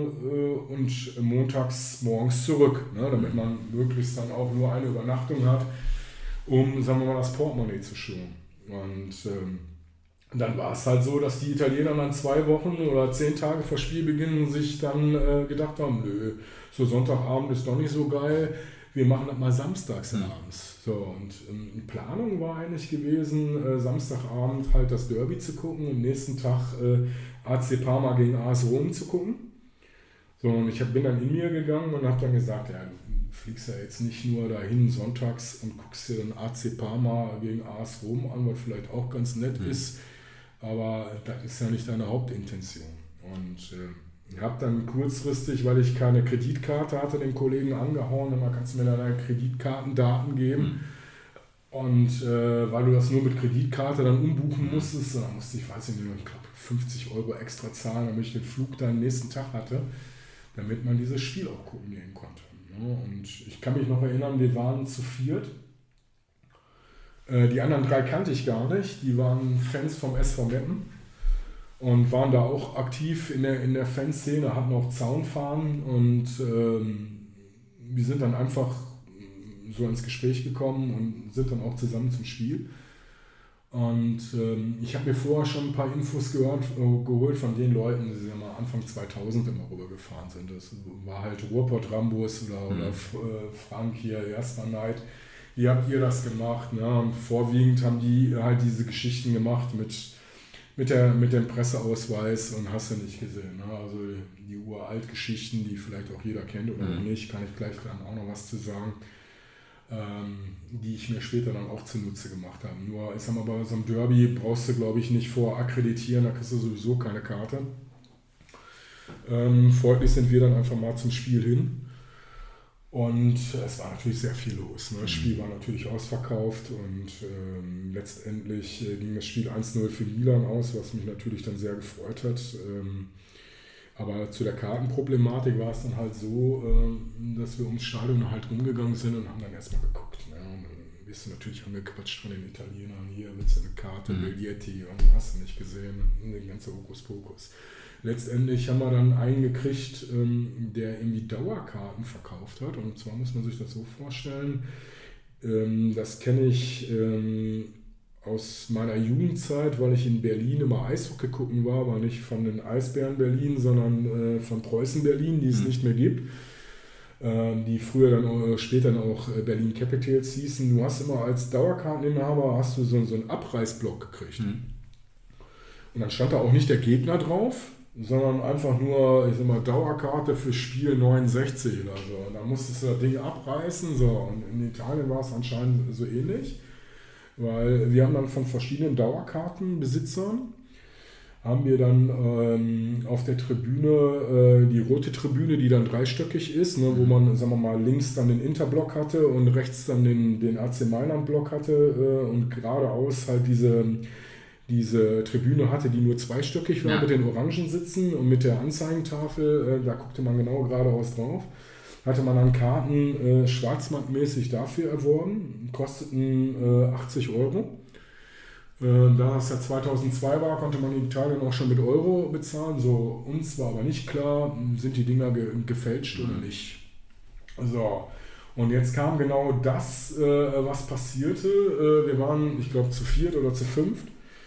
und montags morgens zurück, ne, damit man möglichst dann auch nur eine Übernachtung hat, um, sagen wir mal, das Portemonnaie zu schonen. Und ähm, dann war es halt so, dass die Italiener dann zwei Wochen oder zehn Tage vor Spielbeginn sich dann äh, gedacht haben, nö, so Sonntagabend ist doch nicht so geil, wir machen das mal samstags mhm. abends. So, und ähm, die Planung war eigentlich gewesen, äh, Samstagabend halt das Derby zu gucken und nächsten Tag äh, A C Parma gegen A S Rom zu gucken. So, und ich hab, bin dann in mir gegangen und habe dann gesagt, ja, du fliegst ja jetzt nicht nur dahin sonntags und guckst dir dann A C Parma gegen A S Rom an, was vielleicht auch ganz nett mhm. ist. Aber das ist ja nicht deine Hauptintention. Und äh, ich habe dann kurzfristig, weil ich keine Kreditkarte hatte, den Kollegen angehauen, dann kannst du mir deine Kreditkartendaten geben. Mhm. Und äh, weil du das nur mit Kreditkarte dann umbuchen musstest, dann musste ich, weiß ich nicht, ich glaube fünfzig Euro extra zahlen, damit ich den Flug dann nächsten Tag hatte, damit man dieses Spiel auch gucken gehen konnte. Und ich kann mich noch erinnern, wir waren zu viert. Die anderen drei kannte ich gar nicht, die waren Fans vom S V Meppen und waren da auch aktiv in der, in der Fanszene, hatten auch Zaunfahnen und ähm, wir sind dann einfach so ins Gespräch gekommen und sind dann auch zusammen zum Spiel. Und ähm, ich habe mir vorher schon ein paar Infos gehört, äh, geholt von den Leuten, die mal Anfang zweitausend immer rübergefahren sind. Das war halt Ruhrpott Rambus oder, mhm. oder äh, Frank hier, Jasper Neid. Wie habt ihr das gemacht? Ne? Und vorwiegend haben die halt diese Geschichten gemacht mit, mit, der, mit dem Presseausweis und hast du nicht gesehen. Ne? Also die Uralt-Geschichten, die vielleicht auch jeder kennt oder mhm. nicht, kann ich gleich dann auch noch was zu sagen, ähm, die ich mir später dann auch zunutze gemacht habe. Nur, ich sag mal, bei so einem Derby brauchst du, glaube ich, nicht vorakkreditieren, da kriegst du sowieso keine Karte. Ähm, folglich sind wir dann einfach mal zum Spiel hin. Und es war natürlich sehr viel los. Ne? Das Spiel war natürlich ausverkauft und ähm, letztendlich äh, ging das Spiel eins null für Milan aus, was mich natürlich dann sehr gefreut hat. Ähm, aber zu der Kartenproblematik war es dann halt so, äh, dass wir ums Stadion halt rumgegangen sind und haben dann erstmal geguckt. Ne? Und dann wirst du natürlich angequatscht von den Italienern. Hier willst du eine Karte, mhm. Biglietti und hast du nicht gesehen, den ganzen Hokuspokus. Letztendlich haben wir dann einen gekriegt, ähm, der irgendwie Dauerkarten verkauft hat. Und zwar muss man sich das so vorstellen, ähm, das kenne ich ähm, aus meiner Jugendzeit, weil ich in Berlin immer Eishockey gucken war, aber nicht von den Eisbären Berlin, sondern äh, von Preußen Berlin, die es mhm. nicht mehr gibt. Äh, die früher dann auch, später dann auch Berlin Capitals hießen. Du hast immer als Dauerkarteninhaber hast du so, so einen Abreißblock gekriegt. Mhm. Und dann stand da auch nicht der Gegner drauf, sondern einfach nur, ich sag mal, Dauerkarte für Spiel neunundsechzig oder so. Und dann musstest du das Ding abreißen. So. Und in Italien war es anscheinend so ähnlich. weil wir haben dann von verschiedenen Dauerkartenbesitzern haben wir dann ähm, auf der Tribüne äh, die rote Tribüne, die dann dreistöckig ist, ne, wo man, sagen wir mal, links dann den Interblock hatte und rechts dann den, den A C Mailand-Block hatte äh, und geradeaus halt diese, diese Tribüne hatte, die nur zweistöckig war, ja, mit den orangen Sitzen und mit der Anzeigentafel, äh, da guckte man genau geradeaus drauf. Hatte man dann Karten äh, schwarzmarktmäßig dafür erworben, kosteten äh, achtzig Euro. Da es ja zweitausendzwei war, konnte man in Italien auch schon mit Euro bezahlen. So, uns war aber nicht klar, sind die Dinger ge gefälscht oder nicht. So, und jetzt kam genau das, äh, was passierte. Äh, wir waren, ich glaube, zu viert oder zu fünft,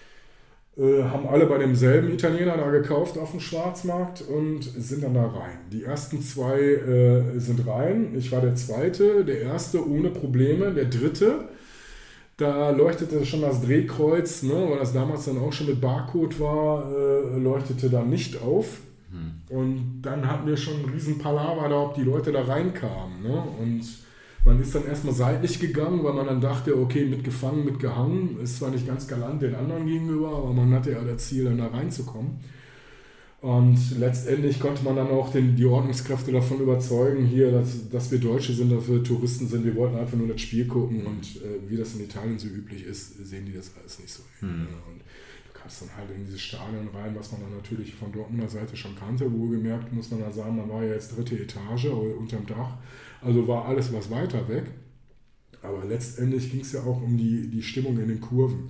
äh, haben alle bei demselben Italiener da gekauft auf dem Schwarzmarkt und sind dann da rein. Die ersten zwei äh, sind rein. Ich war der Zweite, der Erste ohne Probleme, der Dritte. Da leuchtete schon das Drehkreuz, ne, weil das damals dann auch schon mit Barcode war, äh, leuchtete da nicht auf. Hm. Und dann hatten wir schon einen riesen Palaver da, ob die Leute da reinkamen. Ne? Und man ist dann erstmal seitlich gegangen, weil man dann dachte, okay, mitgefangen, mitgehangen. Ist zwar nicht ganz galant den anderen gegenüber, aber man hatte ja das Ziel, dann da reinzukommen. Und letztendlich konnte man dann auch den, die Ordnungskräfte davon überzeugen, hier, dass, dass wir Deutsche sind, dass wir Touristen sind. Wir wollten einfach nur das Spiel gucken und äh, wie das in Italien so üblich ist, sehen die das alles nicht so. Mhm. Und du kamst dann halt in dieses Stadion rein, was man dann natürlich von Dortmunder Seite schon kannte. Wohlgemerkt muss man da sagen, man war ja jetzt dritte Etage unterm Dach. Also war alles was weiter weg. Aber letztendlich ging es ja auch um die, die Stimmung in den Kurven.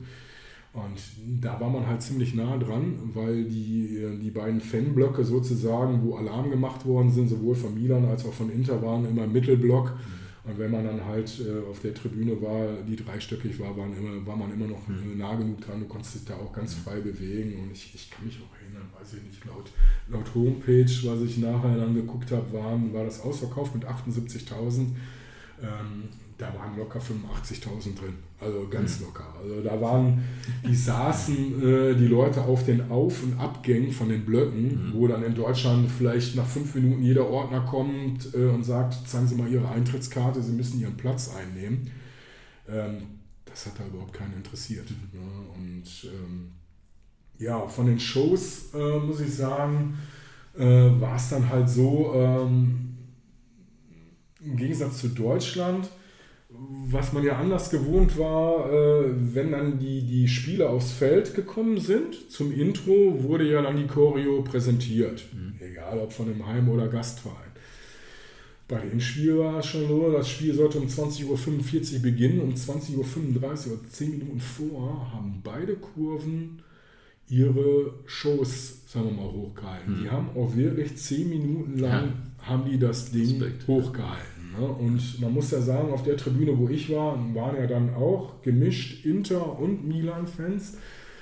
Und da war man halt ziemlich nah dran, weil die, die beiden Fanblöcke sozusagen, wo Alarm gemacht worden sind, sowohl von Milan als auch von Inter, waren immer im Mittelblock. Mhm. Und wenn man dann halt äh, auf der Tribüne war, die dreistöckig war, waren immer, war man immer noch mhm. nah genug dran. Du konntest dich da auch ganz frei bewegen. Und ich, ich kann mich auch erinnern, weiß ich nicht, laut, laut Homepage, was ich nachher dann geguckt habe, waren, war das ausverkauft mit achtundsiebzigtausend. Ähm, da waren locker fünfundachtzigtausend drin, also ganz locker. Also da waren, die saßen äh, die Leute auf den Auf- und Abgängen von den Blöcken, mhm. wo dann in Deutschland vielleicht nach fünf Minuten jeder Ordner kommt äh, und sagt, zeigen Sie mal Ihre Eintrittskarte, Sie müssen Ihren Platz einnehmen. Ähm, das hat da überhaupt keinen interessiert. Mhm. Ne? Und ähm, ja, von den Shows, äh, muss ich sagen, äh, war es dann halt so, ähm, im Gegensatz zu Deutschland, was man ja anders gewohnt war, äh, wenn dann die, die Spieler aufs Feld gekommen sind, zum Intro wurde ja dann die Choreo präsentiert. Mhm. Egal ob von einem Heim- oder Gastverein. Bei dem Spiel war es schon so, das Spiel sollte um zwanzig Uhr fünfundvierzig beginnen, um zwanzig Uhr fünfunddreißig oder zehn Minuten vor haben beide Kurven ihre Shows, sagen wir mal, hochgehalten. Mhm. Die haben auch wirklich zehn Minuten lang ja. haben die das Ding Respekt. hochgehalten. Und man muss ja sagen, auf der Tribüne, wo ich war, waren ja dann auch gemischt Inter- und Milan-Fans,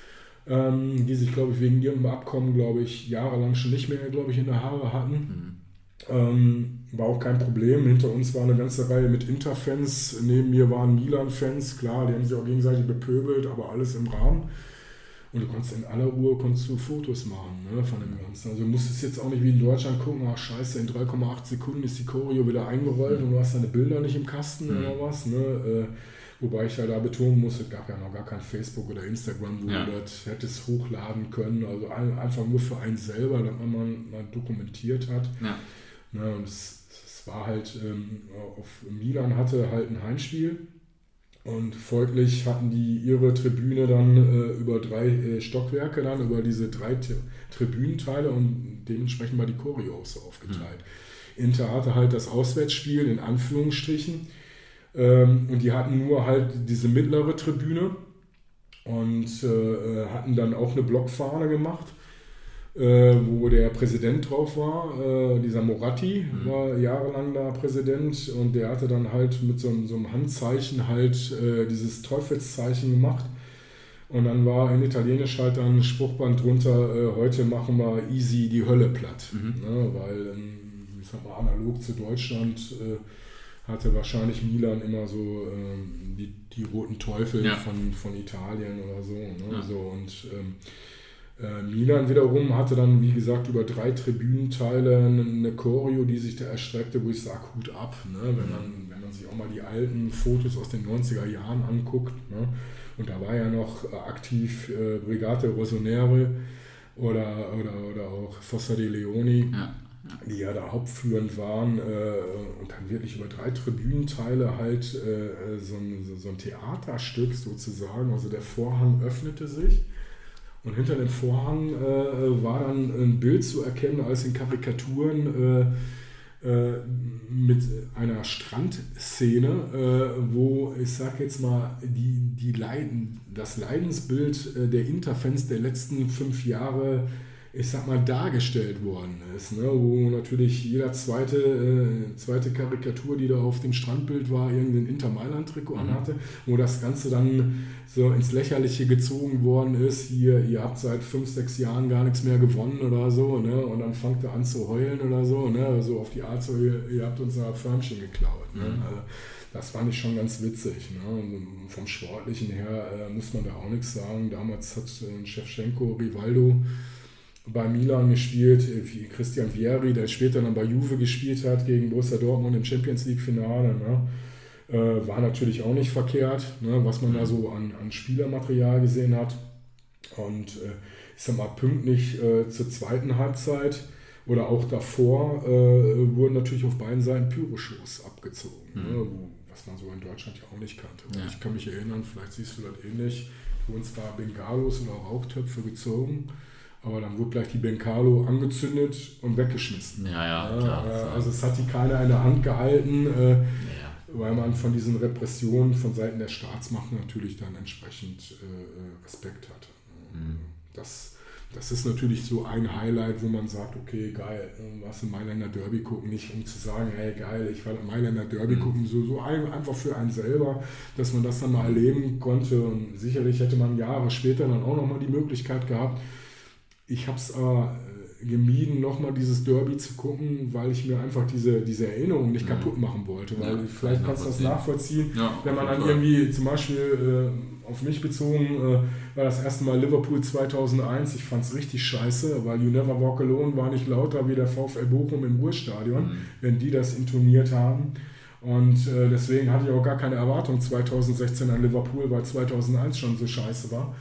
ähm, die sich, glaube ich, wegen ihrem Abkommen, glaube ich, jahrelang schon nicht mehr, glaube ich, in der Haare hatten. Mhm. Ähm, war auch kein Problem. Hinter uns war eine ganze Reihe mit Inter-Fans, neben mir waren Milan-Fans, klar, die haben sich auch gegenseitig bepöbelt, aber alles im Rahmen. Und du konntest in aller Ruhe konntest du Fotos machen, ne, von dem Ganzen. Also du musstest jetzt auch nicht wie in Deutschland gucken, ach scheiße, in drei Komma acht Sekunden ist die Choreo wieder eingerollt mhm. und du hast deine Bilder nicht im Kasten mhm. oder was. Ne? Äh, wobei ich ja da betonen muss, es gab ja noch gar kein Facebook oder Instagram, wo ja. du das hättest hochladen können. Also ein, einfach nur für einen selber, damit man mal dokumentiert hat. Ja. Ne, und es, es war halt, ähm, auf Milan hatte halt ein Heimspiel. Und folglich hatten die ihre Tribüne dann äh, über drei äh, Stockwerke, dann über diese drei T- Tribünenteile und dementsprechend war die Choreo auch so aufgeteilt. Mhm. Inter hatte halt das Auswärtsspiel in Anführungsstrichen ähm, und die hatten nur halt diese mittlere Tribüne und äh, hatten dann auch eine Blockfahne gemacht, äh, wo der Präsident drauf war, äh, dieser Moratti mhm. war jahrelang da Präsident und der hatte dann halt mit so, so einem Handzeichen halt äh, dieses Teufelszeichen gemacht und dann war in Italienisch halt dann ein Spruchband drunter, äh, heute machen wir easy die Hölle platt, mhm. ne, weil ähm, ich sag mal analog zu Deutschland äh, hatte wahrscheinlich Milan immer so ähm, die, die roten Teufel ja. von, von Italien oder so, ne, ja. so und ähm, Äh, Milan wiederum hatte dann, wie gesagt, über drei Tribünenteile eine Choreo, die sich da erstreckte, wo ich sage, Hut ab, ne? wenn, man, wenn man sich auch mal die alten Fotos aus den neunziger Jahren anguckt. Ne? Und da war ja noch äh, aktiv äh, Brigate Rossoneri oder, oder, oder auch Fossa di Leoni, ja, ja. die ja da hauptführend waren äh, und dann wirklich über drei Tribünenteile halt äh, so, ein, so, so ein Theaterstück sozusagen, also der Vorhang öffnete sich. Und hinter dem Vorhang äh, war dann ein Bild zu erkennen, als in Karikaturen äh, äh, mit einer Strandszene, äh, wo, ich sag jetzt mal, die, die Leiden, das Leidensbild äh, der Interfans der letzten fünf Jahre, ich sag mal, dargestellt worden ist. Ne? Wo natürlich jeder zweite, äh, zweite Karikatur, die da auf dem Strandbild war, irgendein Inter-Mailand-Trikot mhm. anhatte, wo das Ganze dann so ins Lächerliche gezogen worden ist. Hier, ihr habt seit fünf, sechs Jahren gar nichts mehr gewonnen oder so, ne? Und dann fangt er an zu heulen oder so, ne? Also auf die Art so, ihr, ihr habt uns ein Förmchen geklaut. Ne? Mhm. Also das fand ich schon ganz witzig. Ne? Und vom Sportlichen her äh, muss man da auch nichts sagen. Damals hat äh, Shevchenko, Rivaldo bei Milan gespielt, wie Christian Vieri, der später dann bei Juve gespielt hat, gegen Borussia Dortmund im Champions League-Finale. Ne? Äh, war natürlich auch nicht verkehrt, ne? Was man da so an, an Spielermaterial gesehen hat. Und äh, ich sag mal, pünktlich äh, zur zweiten Halbzeit oder auch davor äh, wurden natürlich auf beiden Seiten Pyroshows abgezogen, mhm. ne? Was man so in Deutschland ja auch nicht kannte. Ja. Ich kann mich erinnern, vielleicht siehst du das ähnlich, wurden zwar Bengalos oder Rauchtöpfe gezogen, aber dann wurde gleich die Bengalo angezündet und weggeschmissen. Ja, ja, klar. Ja, also es hat die keiner in der Hand gehalten, äh, ja. weil man von diesen Repressionen von Seiten der Staatsmacht natürlich dann entsprechend äh, Respekt hatte. Mhm. Das, das ist natürlich so ein Highlight, wo man sagt, okay, geil, was im Mailänder Derby gucken, nicht um zu sagen, hey, geil, ich war im Mailänder Derby mhm. gucken, so, so ein, einfach für einen selber, dass man das dann mal erleben konnte. Und sicherlich hätte man Jahre später dann auch nochmal die Möglichkeit gehabt. Ich habe es aber gemieden, nochmal dieses Derby zu gucken, weil ich mir einfach diese, diese Erinnerung nicht ja. kaputt machen wollte. Weil ja, vielleicht kannst du das nachvollziehen, ja, wenn man dann Fall. irgendwie zum Beispiel äh, auf mich bezogen, äh, war das erste Mal Liverpool zweitausendeins. Ich fand es richtig scheiße, weil You Never Walk Alone war nicht lauter wie der VfL Bochum im Ruhrstadion, mhm. wenn die das intoniert haben. Und äh, deswegen hatte ich auch gar keine Erwartung zweitausendsechzehn an Liverpool, weil zweitausendeins schon so scheiße war.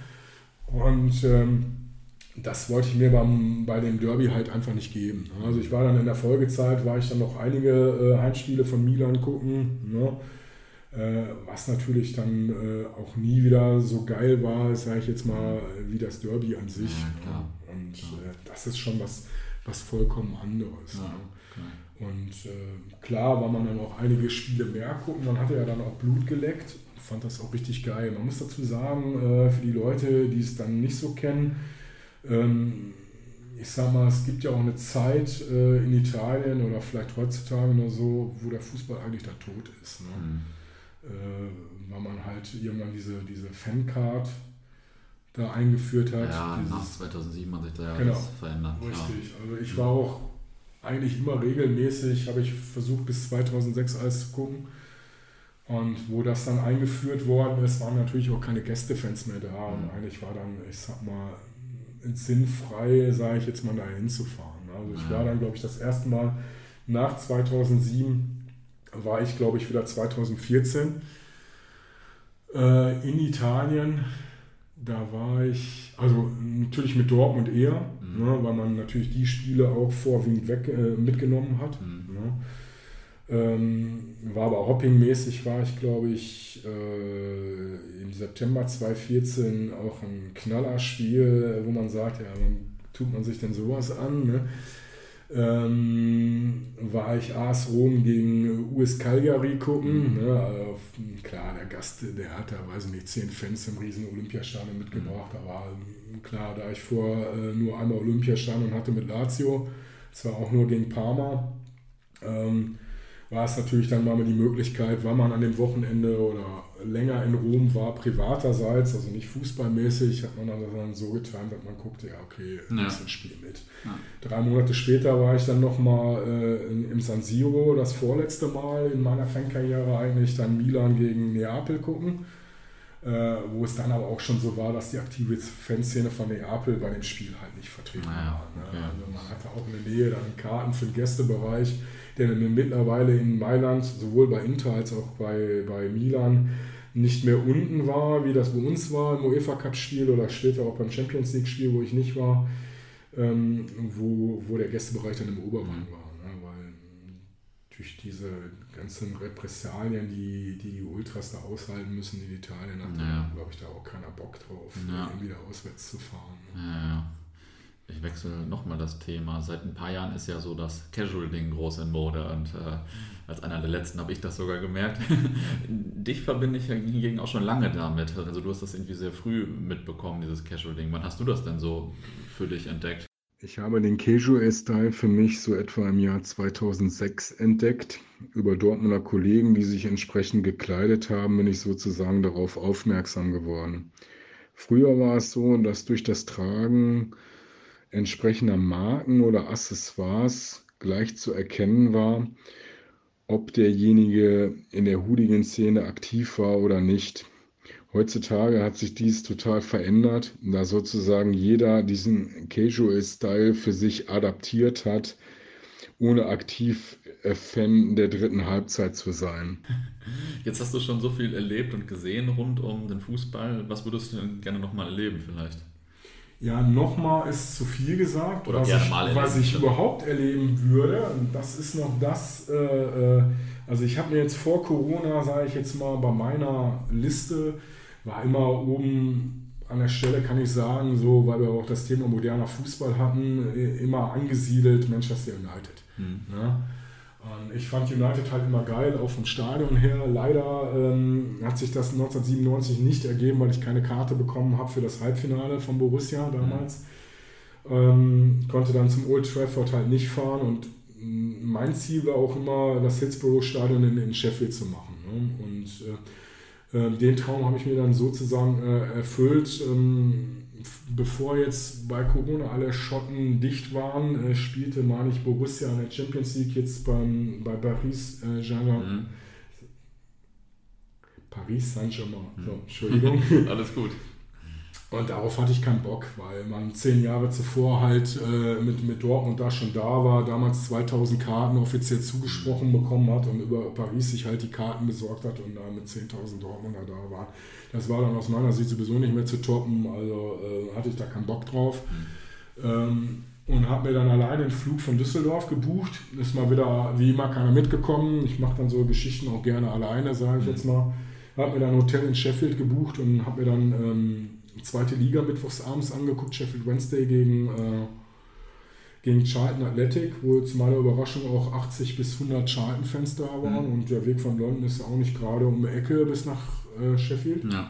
Und ähm, das wollte ich mir beim, bei dem Derby halt einfach nicht geben. Also ich war dann in der Folgezeit, war ich dann noch einige äh, Heimspiele von Milan gucken, ne? äh, was natürlich dann äh, auch nie wieder so geil war, sage ich jetzt mal, wie das Derby an sich. Ja, klar. Und äh, das ist schon was, was vollkommen anderes. Ja, ne? okay. Und äh, klar war man dann auch einige Spiele mehr gucken, man hatte ja dann auch Blut geleckt, fand das auch richtig geil. Man muss dazu sagen, äh, für die Leute, die es dann nicht so kennen, ich sag mal, es gibt ja auch eine Zeit äh, in Italien oder vielleicht heutzutage oder so, wo der Fußball eigentlich da tot ist. Ne? Mhm. Äh, weil man halt irgendwann diese, diese Fancard da eingeführt hat. Ja, dieses, nach zweitausendsieben hat sich da ja genau, alles verändert. Richtig, ja. Also ich war auch eigentlich immer regelmäßig, habe ich versucht bis zweitausendsechs alles zu gucken. Und wo das dann eingeführt worden ist, waren natürlich auch keine Gästefans mehr da. Mhm. Und eigentlich war dann, ich sag mal, sinnfrei, sage ich jetzt mal, da hinzufahren. Also ich war dann, glaube ich, das erste Mal nach zweitausendsieben, war ich, glaube ich, wieder zweitausendvierzehn äh, in Italien. Da war ich, also natürlich mit Dortmund eher, mhm. ne, weil man natürlich die Spiele auch vorwiegend weg, äh, mitgenommen hat. Mhm. Ne. Ähm, war aber hoppingmäßig, war ich, glaube ich, äh, im September zweitausendvierzehn auch ein Knallerspiel, wo man sagt, ja, wann tut man sich denn sowas an? Ne? Ähm, war ich A S Rom gegen U S Cagliari gucken. Mhm. Ne? Also, klar, der Gast, der hat da, weiß ich nicht, zehn Fans im riesen Olympiastadion mitgebracht. Mhm. Aber klar, da ich vor äh, nur einmal Olympiastadion hatte mit Lazio, zwar auch nur gegen Parma, ähm, war es natürlich dann mal die Möglichkeit, weil man an dem Wochenende oder länger in Rom war, privaterseits, also nicht fußballmäßig, hat man dann so getan, dass man guckte, ja okay, ja. ist ein Spiel mit. Ja. Drei Monate später war ich dann nochmal äh, im San Siro, das vorletzte Mal in meiner Fankarriere eigentlich, dann Milan gegen Neapel gucken. äh, wo es dann aber auch schon so war, dass die aktive Fanszene von Neapel bei dem Spiel halt nicht vertreten naja, war. Ne? okay. Also man hatte auch in der Nähe dann Karten für den Gästebereich, der dann mittlerweile in Mailand, sowohl bei Inter als auch bei, bei Milan, nicht mehr unten war, wie das bei uns war im UEFA-Cup-Spiel oder später auch beim Champions-League-Spiel, wo ich nicht war, ähm, wo, wo der Gästebereich dann im Oberrang war. Ne? Weil durch diese ganzen Repressalien, die die, die Ultras da aushalten müssen in Italien, hat, ja. glaube ich, da auch keiner Bock drauf, ja. irgendwie da auswärts zu fahren. Ne? Ja. Ich wechsle nochmal das Thema. Seit ein paar Jahren ist ja so das Casual-Ding groß in Mode und äh, als einer der letzten habe ich das sogar gemerkt. Dich verbinde ich hingegen auch schon lange damit. Also du hast das irgendwie sehr früh mitbekommen, dieses Casual-Ding. Wann hast du das denn so für dich entdeckt? Ich habe den Casual-Style für mich so etwa im Jahr zweitausendsechs entdeckt. Über Dortmunder Kollegen, die sich entsprechend gekleidet haben, bin ich sozusagen darauf aufmerksam geworden. Früher war es so, dass durch das Tragen entsprechender Marken oder Accessoires gleich zu erkennen war, ob derjenige in der Hooligan-Szene aktiv war oder nicht. Heutzutage hat sich dies total verändert, da sozusagen jeder diesen Casual-Style für sich adaptiert hat, ohne aktiv Fan der dritten Halbzeit zu sein. Jetzt hast du schon so viel erlebt und gesehen rund um den Fußball. Was würdest du denn gerne nochmal erleben vielleicht? Ja, nochmal ist zu viel gesagt. Oder was gerne ich, mal erleben. Was ich überhaupt erleben würde, und das ist noch das, äh, also ich habe mir jetzt vor Corona, sage ich jetzt mal, bei meiner Liste, war immer oben an der Stelle, kann ich sagen, so, weil wir auch das Thema moderner Fußball hatten, immer angesiedelt Manchester United. Hm. Ja? Und ich fand United halt immer geil, auch vom Stadion her. Leider ähm, hat sich das neunzehnhundertsiebenundneunzig nicht ergeben, weil ich keine Karte bekommen habe für das Halbfinale von Borussia damals. Mhm. Ähm, konnte dann zum Old Trafford halt nicht fahren und mein Ziel war auch immer, das Hillsborough-Stadion in, in Sheffield zu machen. Ne? Und äh, äh, den Traum habe ich mir dann sozusagen äh, erfüllt. Ähm, Bevor jetzt bei Corona alle Schotten dicht waren, äh, spielte, meine ich, Borussia in der Champions League jetzt beim, bei Paris äh, Saint-Germain. Mhm. Paris Saint-Germain, so, Entschuldigung. Alles gut. Und darauf hatte ich keinen Bock, weil man zehn Jahre zuvor halt äh, mit, mit Dortmund da schon da war, damals zweitausend Karten offiziell zugesprochen bekommen hat und über Paris sich halt die Karten besorgt hat und da mit zehntausend Dortmunder da war. Das war dann aus meiner Sicht sowieso nicht mehr zu toppen, also äh, hatte ich da keinen Bock drauf. Mhm. Ähm, und habe mir dann alleine den Flug von Düsseldorf gebucht. Ist mal wieder wie immer keiner mitgekommen. Ich mache dann so Geschichten auch gerne alleine, sage ich mhm. jetzt mal. Habe mir dann ein Hotel in Sheffield gebucht und habe mir dann ähm, zweite Liga mittwochs abends angeguckt, Sheffield Wednesday gegen, äh, gegen Charlton Athletic, wo zu meiner Überraschung auch achtzig bis hundert Charlton-Fans da waren. Mhm. Und der Weg von London ist ja auch nicht gerade um die Ecke bis nach äh, Sheffield. Ja.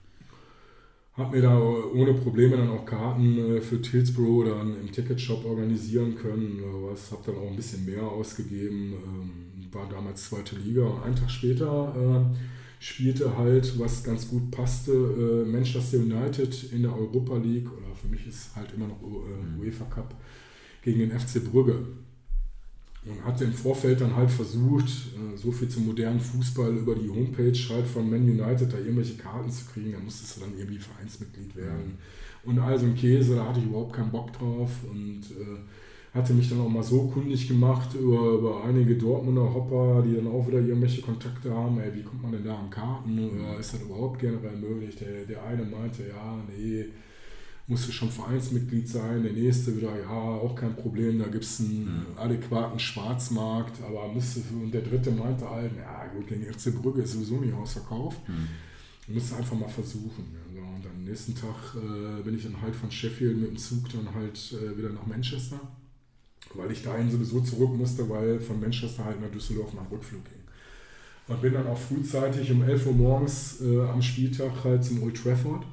Habe mir da ohne Probleme dann auch Karten äh, für Hillsborough dann im Ticketshop organisieren können. Was habe dann auch ein bisschen mehr ausgegeben. Ähm, war damals zweite Liga. Und einen Tag später äh, spielte halt, was ganz gut passte, äh, Manchester United in der Europa League, oder für mich ist halt immer noch äh, UEFA Cup, gegen den F C Brügge. Und hatte im Vorfeld dann halt versucht, äh, so viel zum modernen Fußball über die Homepage halt von Man United da irgendwelche Karten zu kriegen. Da musstest du dann irgendwie Vereinsmitglied werden. Und all so ein Käse, da hatte ich überhaupt keinen Bock drauf. Und äh, hatte mich dann auch mal so kundig gemacht über, über einige Dortmunder Hopper, die dann auch wieder irgendwelche Kontakte haben. Ey, wie kommt man denn da an Karten? Oder ist das überhaupt generell möglich? Der, der eine meinte, ja, nee, musst du schon Vereinsmitglied sein. Der nächste wieder, ja, auch kein Problem, da gibt es einen mhm. adäquaten Schwarzmarkt. Aber musste, und der dritte meinte halt, ja gut, gegen F C Brügge ist sowieso nicht ausverkauft. Mhm. Musste einfach mal versuchen. Ja. Und am nächsten Tag äh, bin ich dann halt von Sheffield mit dem Zug dann halt äh, wieder nach Manchester, weil ich dahin sowieso zurück musste, weil von Manchester halt nach Düsseldorf nach Rückflug ging. Und bin dann auch frühzeitig um elf Uhr morgens äh, am Spieltag halt zum Old Trafford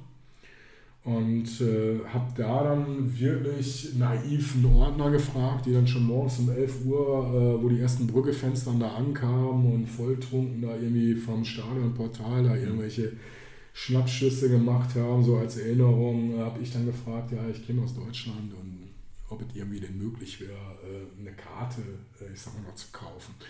und äh, habe da dann wirklich naiv einen Ordner gefragt, die dann schon morgens um elf Uhr, äh, wo die ersten Brügge-Fans dann da ankamen und volltrunken da irgendwie vom Stadionportal da irgendwelche Schnappschüsse gemacht haben, so als Erinnerung, äh, habe ich dann gefragt, ja, ich käme aus Deutschland und ob es irgendwie denn möglich wäre, eine Karte, ich sag mal, noch zu kaufen.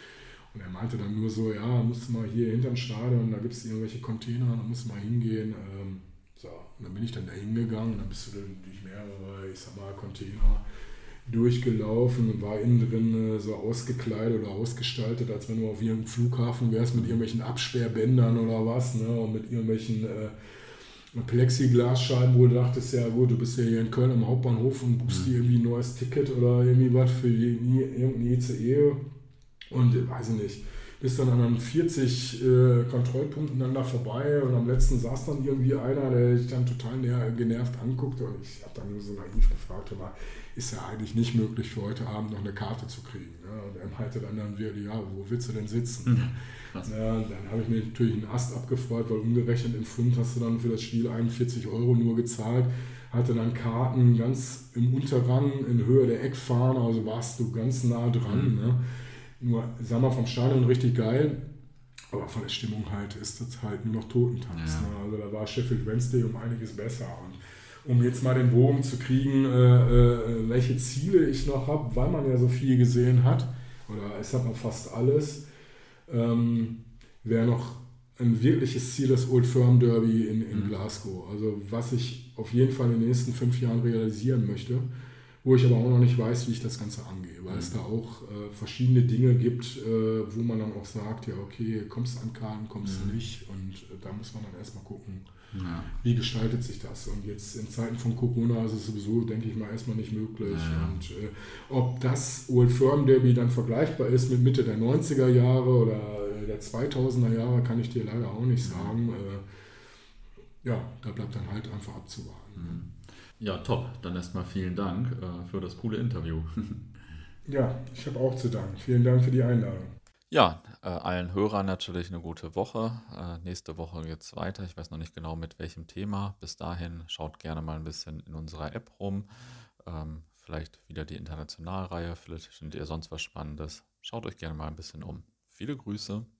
Und er meinte dann nur so, ja, musst du mal hier hinterm Stadion, da gibt es irgendwelche Container, da musst du mal hingehen. Ähm, so, und dann bin ich dann da hingegangen, dann bist du dann durch mehrere, ich sag mal, Container durchgelaufen und war innen drin so ausgekleidet oder ausgestaltet, als wenn du auf irgendeinem Flughafen wärst mit irgendwelchen Absperrbändern oder was, ne, und mit irgendwelchen äh, Plexiglasscheiben, wo du dachtest, ja gut, du bist ja hier in Köln am Hauptbahnhof und buchst dir irgendwie ein neues Ticket oder irgendwie was für irgendein I C E und weiß ich nicht. Bist dann an vierzig äh, Kontrollpunkten dann da vorbei und am letzten saß dann irgendwie einer, der dich dann total genervt anguckte und ich habe dann nur so naiv gefragt, aber ist ja eigentlich nicht möglich für heute Abend noch eine Karte zu kriegen. Ne? Und er meinte dann, dann wieder, ja, wo willst du denn sitzen? Mhm. Ja, dann habe ich mir natürlich einen Ast abgefreut, weil umgerechnet im Pfund hast du dann für das Spiel einundvierzig Euro nur gezahlt, hatte dann Karten ganz im Unterrang in Höhe der Eckfahne, also warst du ganz nah dran. Mhm. Ne? Nur, sag mal, vom Stadion richtig geil, aber von der Stimmung halt ist das halt nur noch Totentanz. Ja. Ne? Also da war Sheffield Wednesday um einiges besser. Und um jetzt mal den Bogen zu kriegen, äh, äh, welche Ziele ich noch habe, weil man ja so viel gesehen hat, oder es hat man fast alles, ähm, wäre noch ein wirkliches Ziel das Old Firm Derby in, in mhm. Glasgow. Also was ich auf jeden Fall in den nächsten fünf Jahren realisieren möchte, wo ich aber auch noch nicht weiß, wie ich das Ganze angehe, weil mhm. es da auch äh, verschiedene Dinge gibt, äh, wo man dann auch sagt, ja okay, kommst du an Karten, kommst mhm. du nicht und äh, da muss man dann erstmal gucken, ja. wie gestaltet sich das. Und jetzt in Zeiten von Corona ist es sowieso, denke ich mal, erstmal nicht möglich. Ja. Und äh, ob das Old Firm Derby dann vergleichbar ist mit Mitte der neunziger Jahre oder der zweitausender Jahre, kann ich dir leider auch nicht sagen. Äh, ja, da bleibt dann halt einfach abzuwarten. Mhm. Ja, top. Dann erstmal vielen Dank äh, für das coole Interview. Ja, ich habe auch zu danken. Vielen Dank für die Einladung. Ja, äh, allen Hörern natürlich eine gute Woche. Äh, nächste Woche geht es weiter. Ich weiß noch nicht genau mit welchem Thema. Bis dahin schaut gerne mal ein bisschen in unserer App rum. Ähm, vielleicht wieder die Internationalreihe. Vielleicht findet ihr sonst was Spannendes. Schaut euch gerne mal ein bisschen um. Viele Grüße.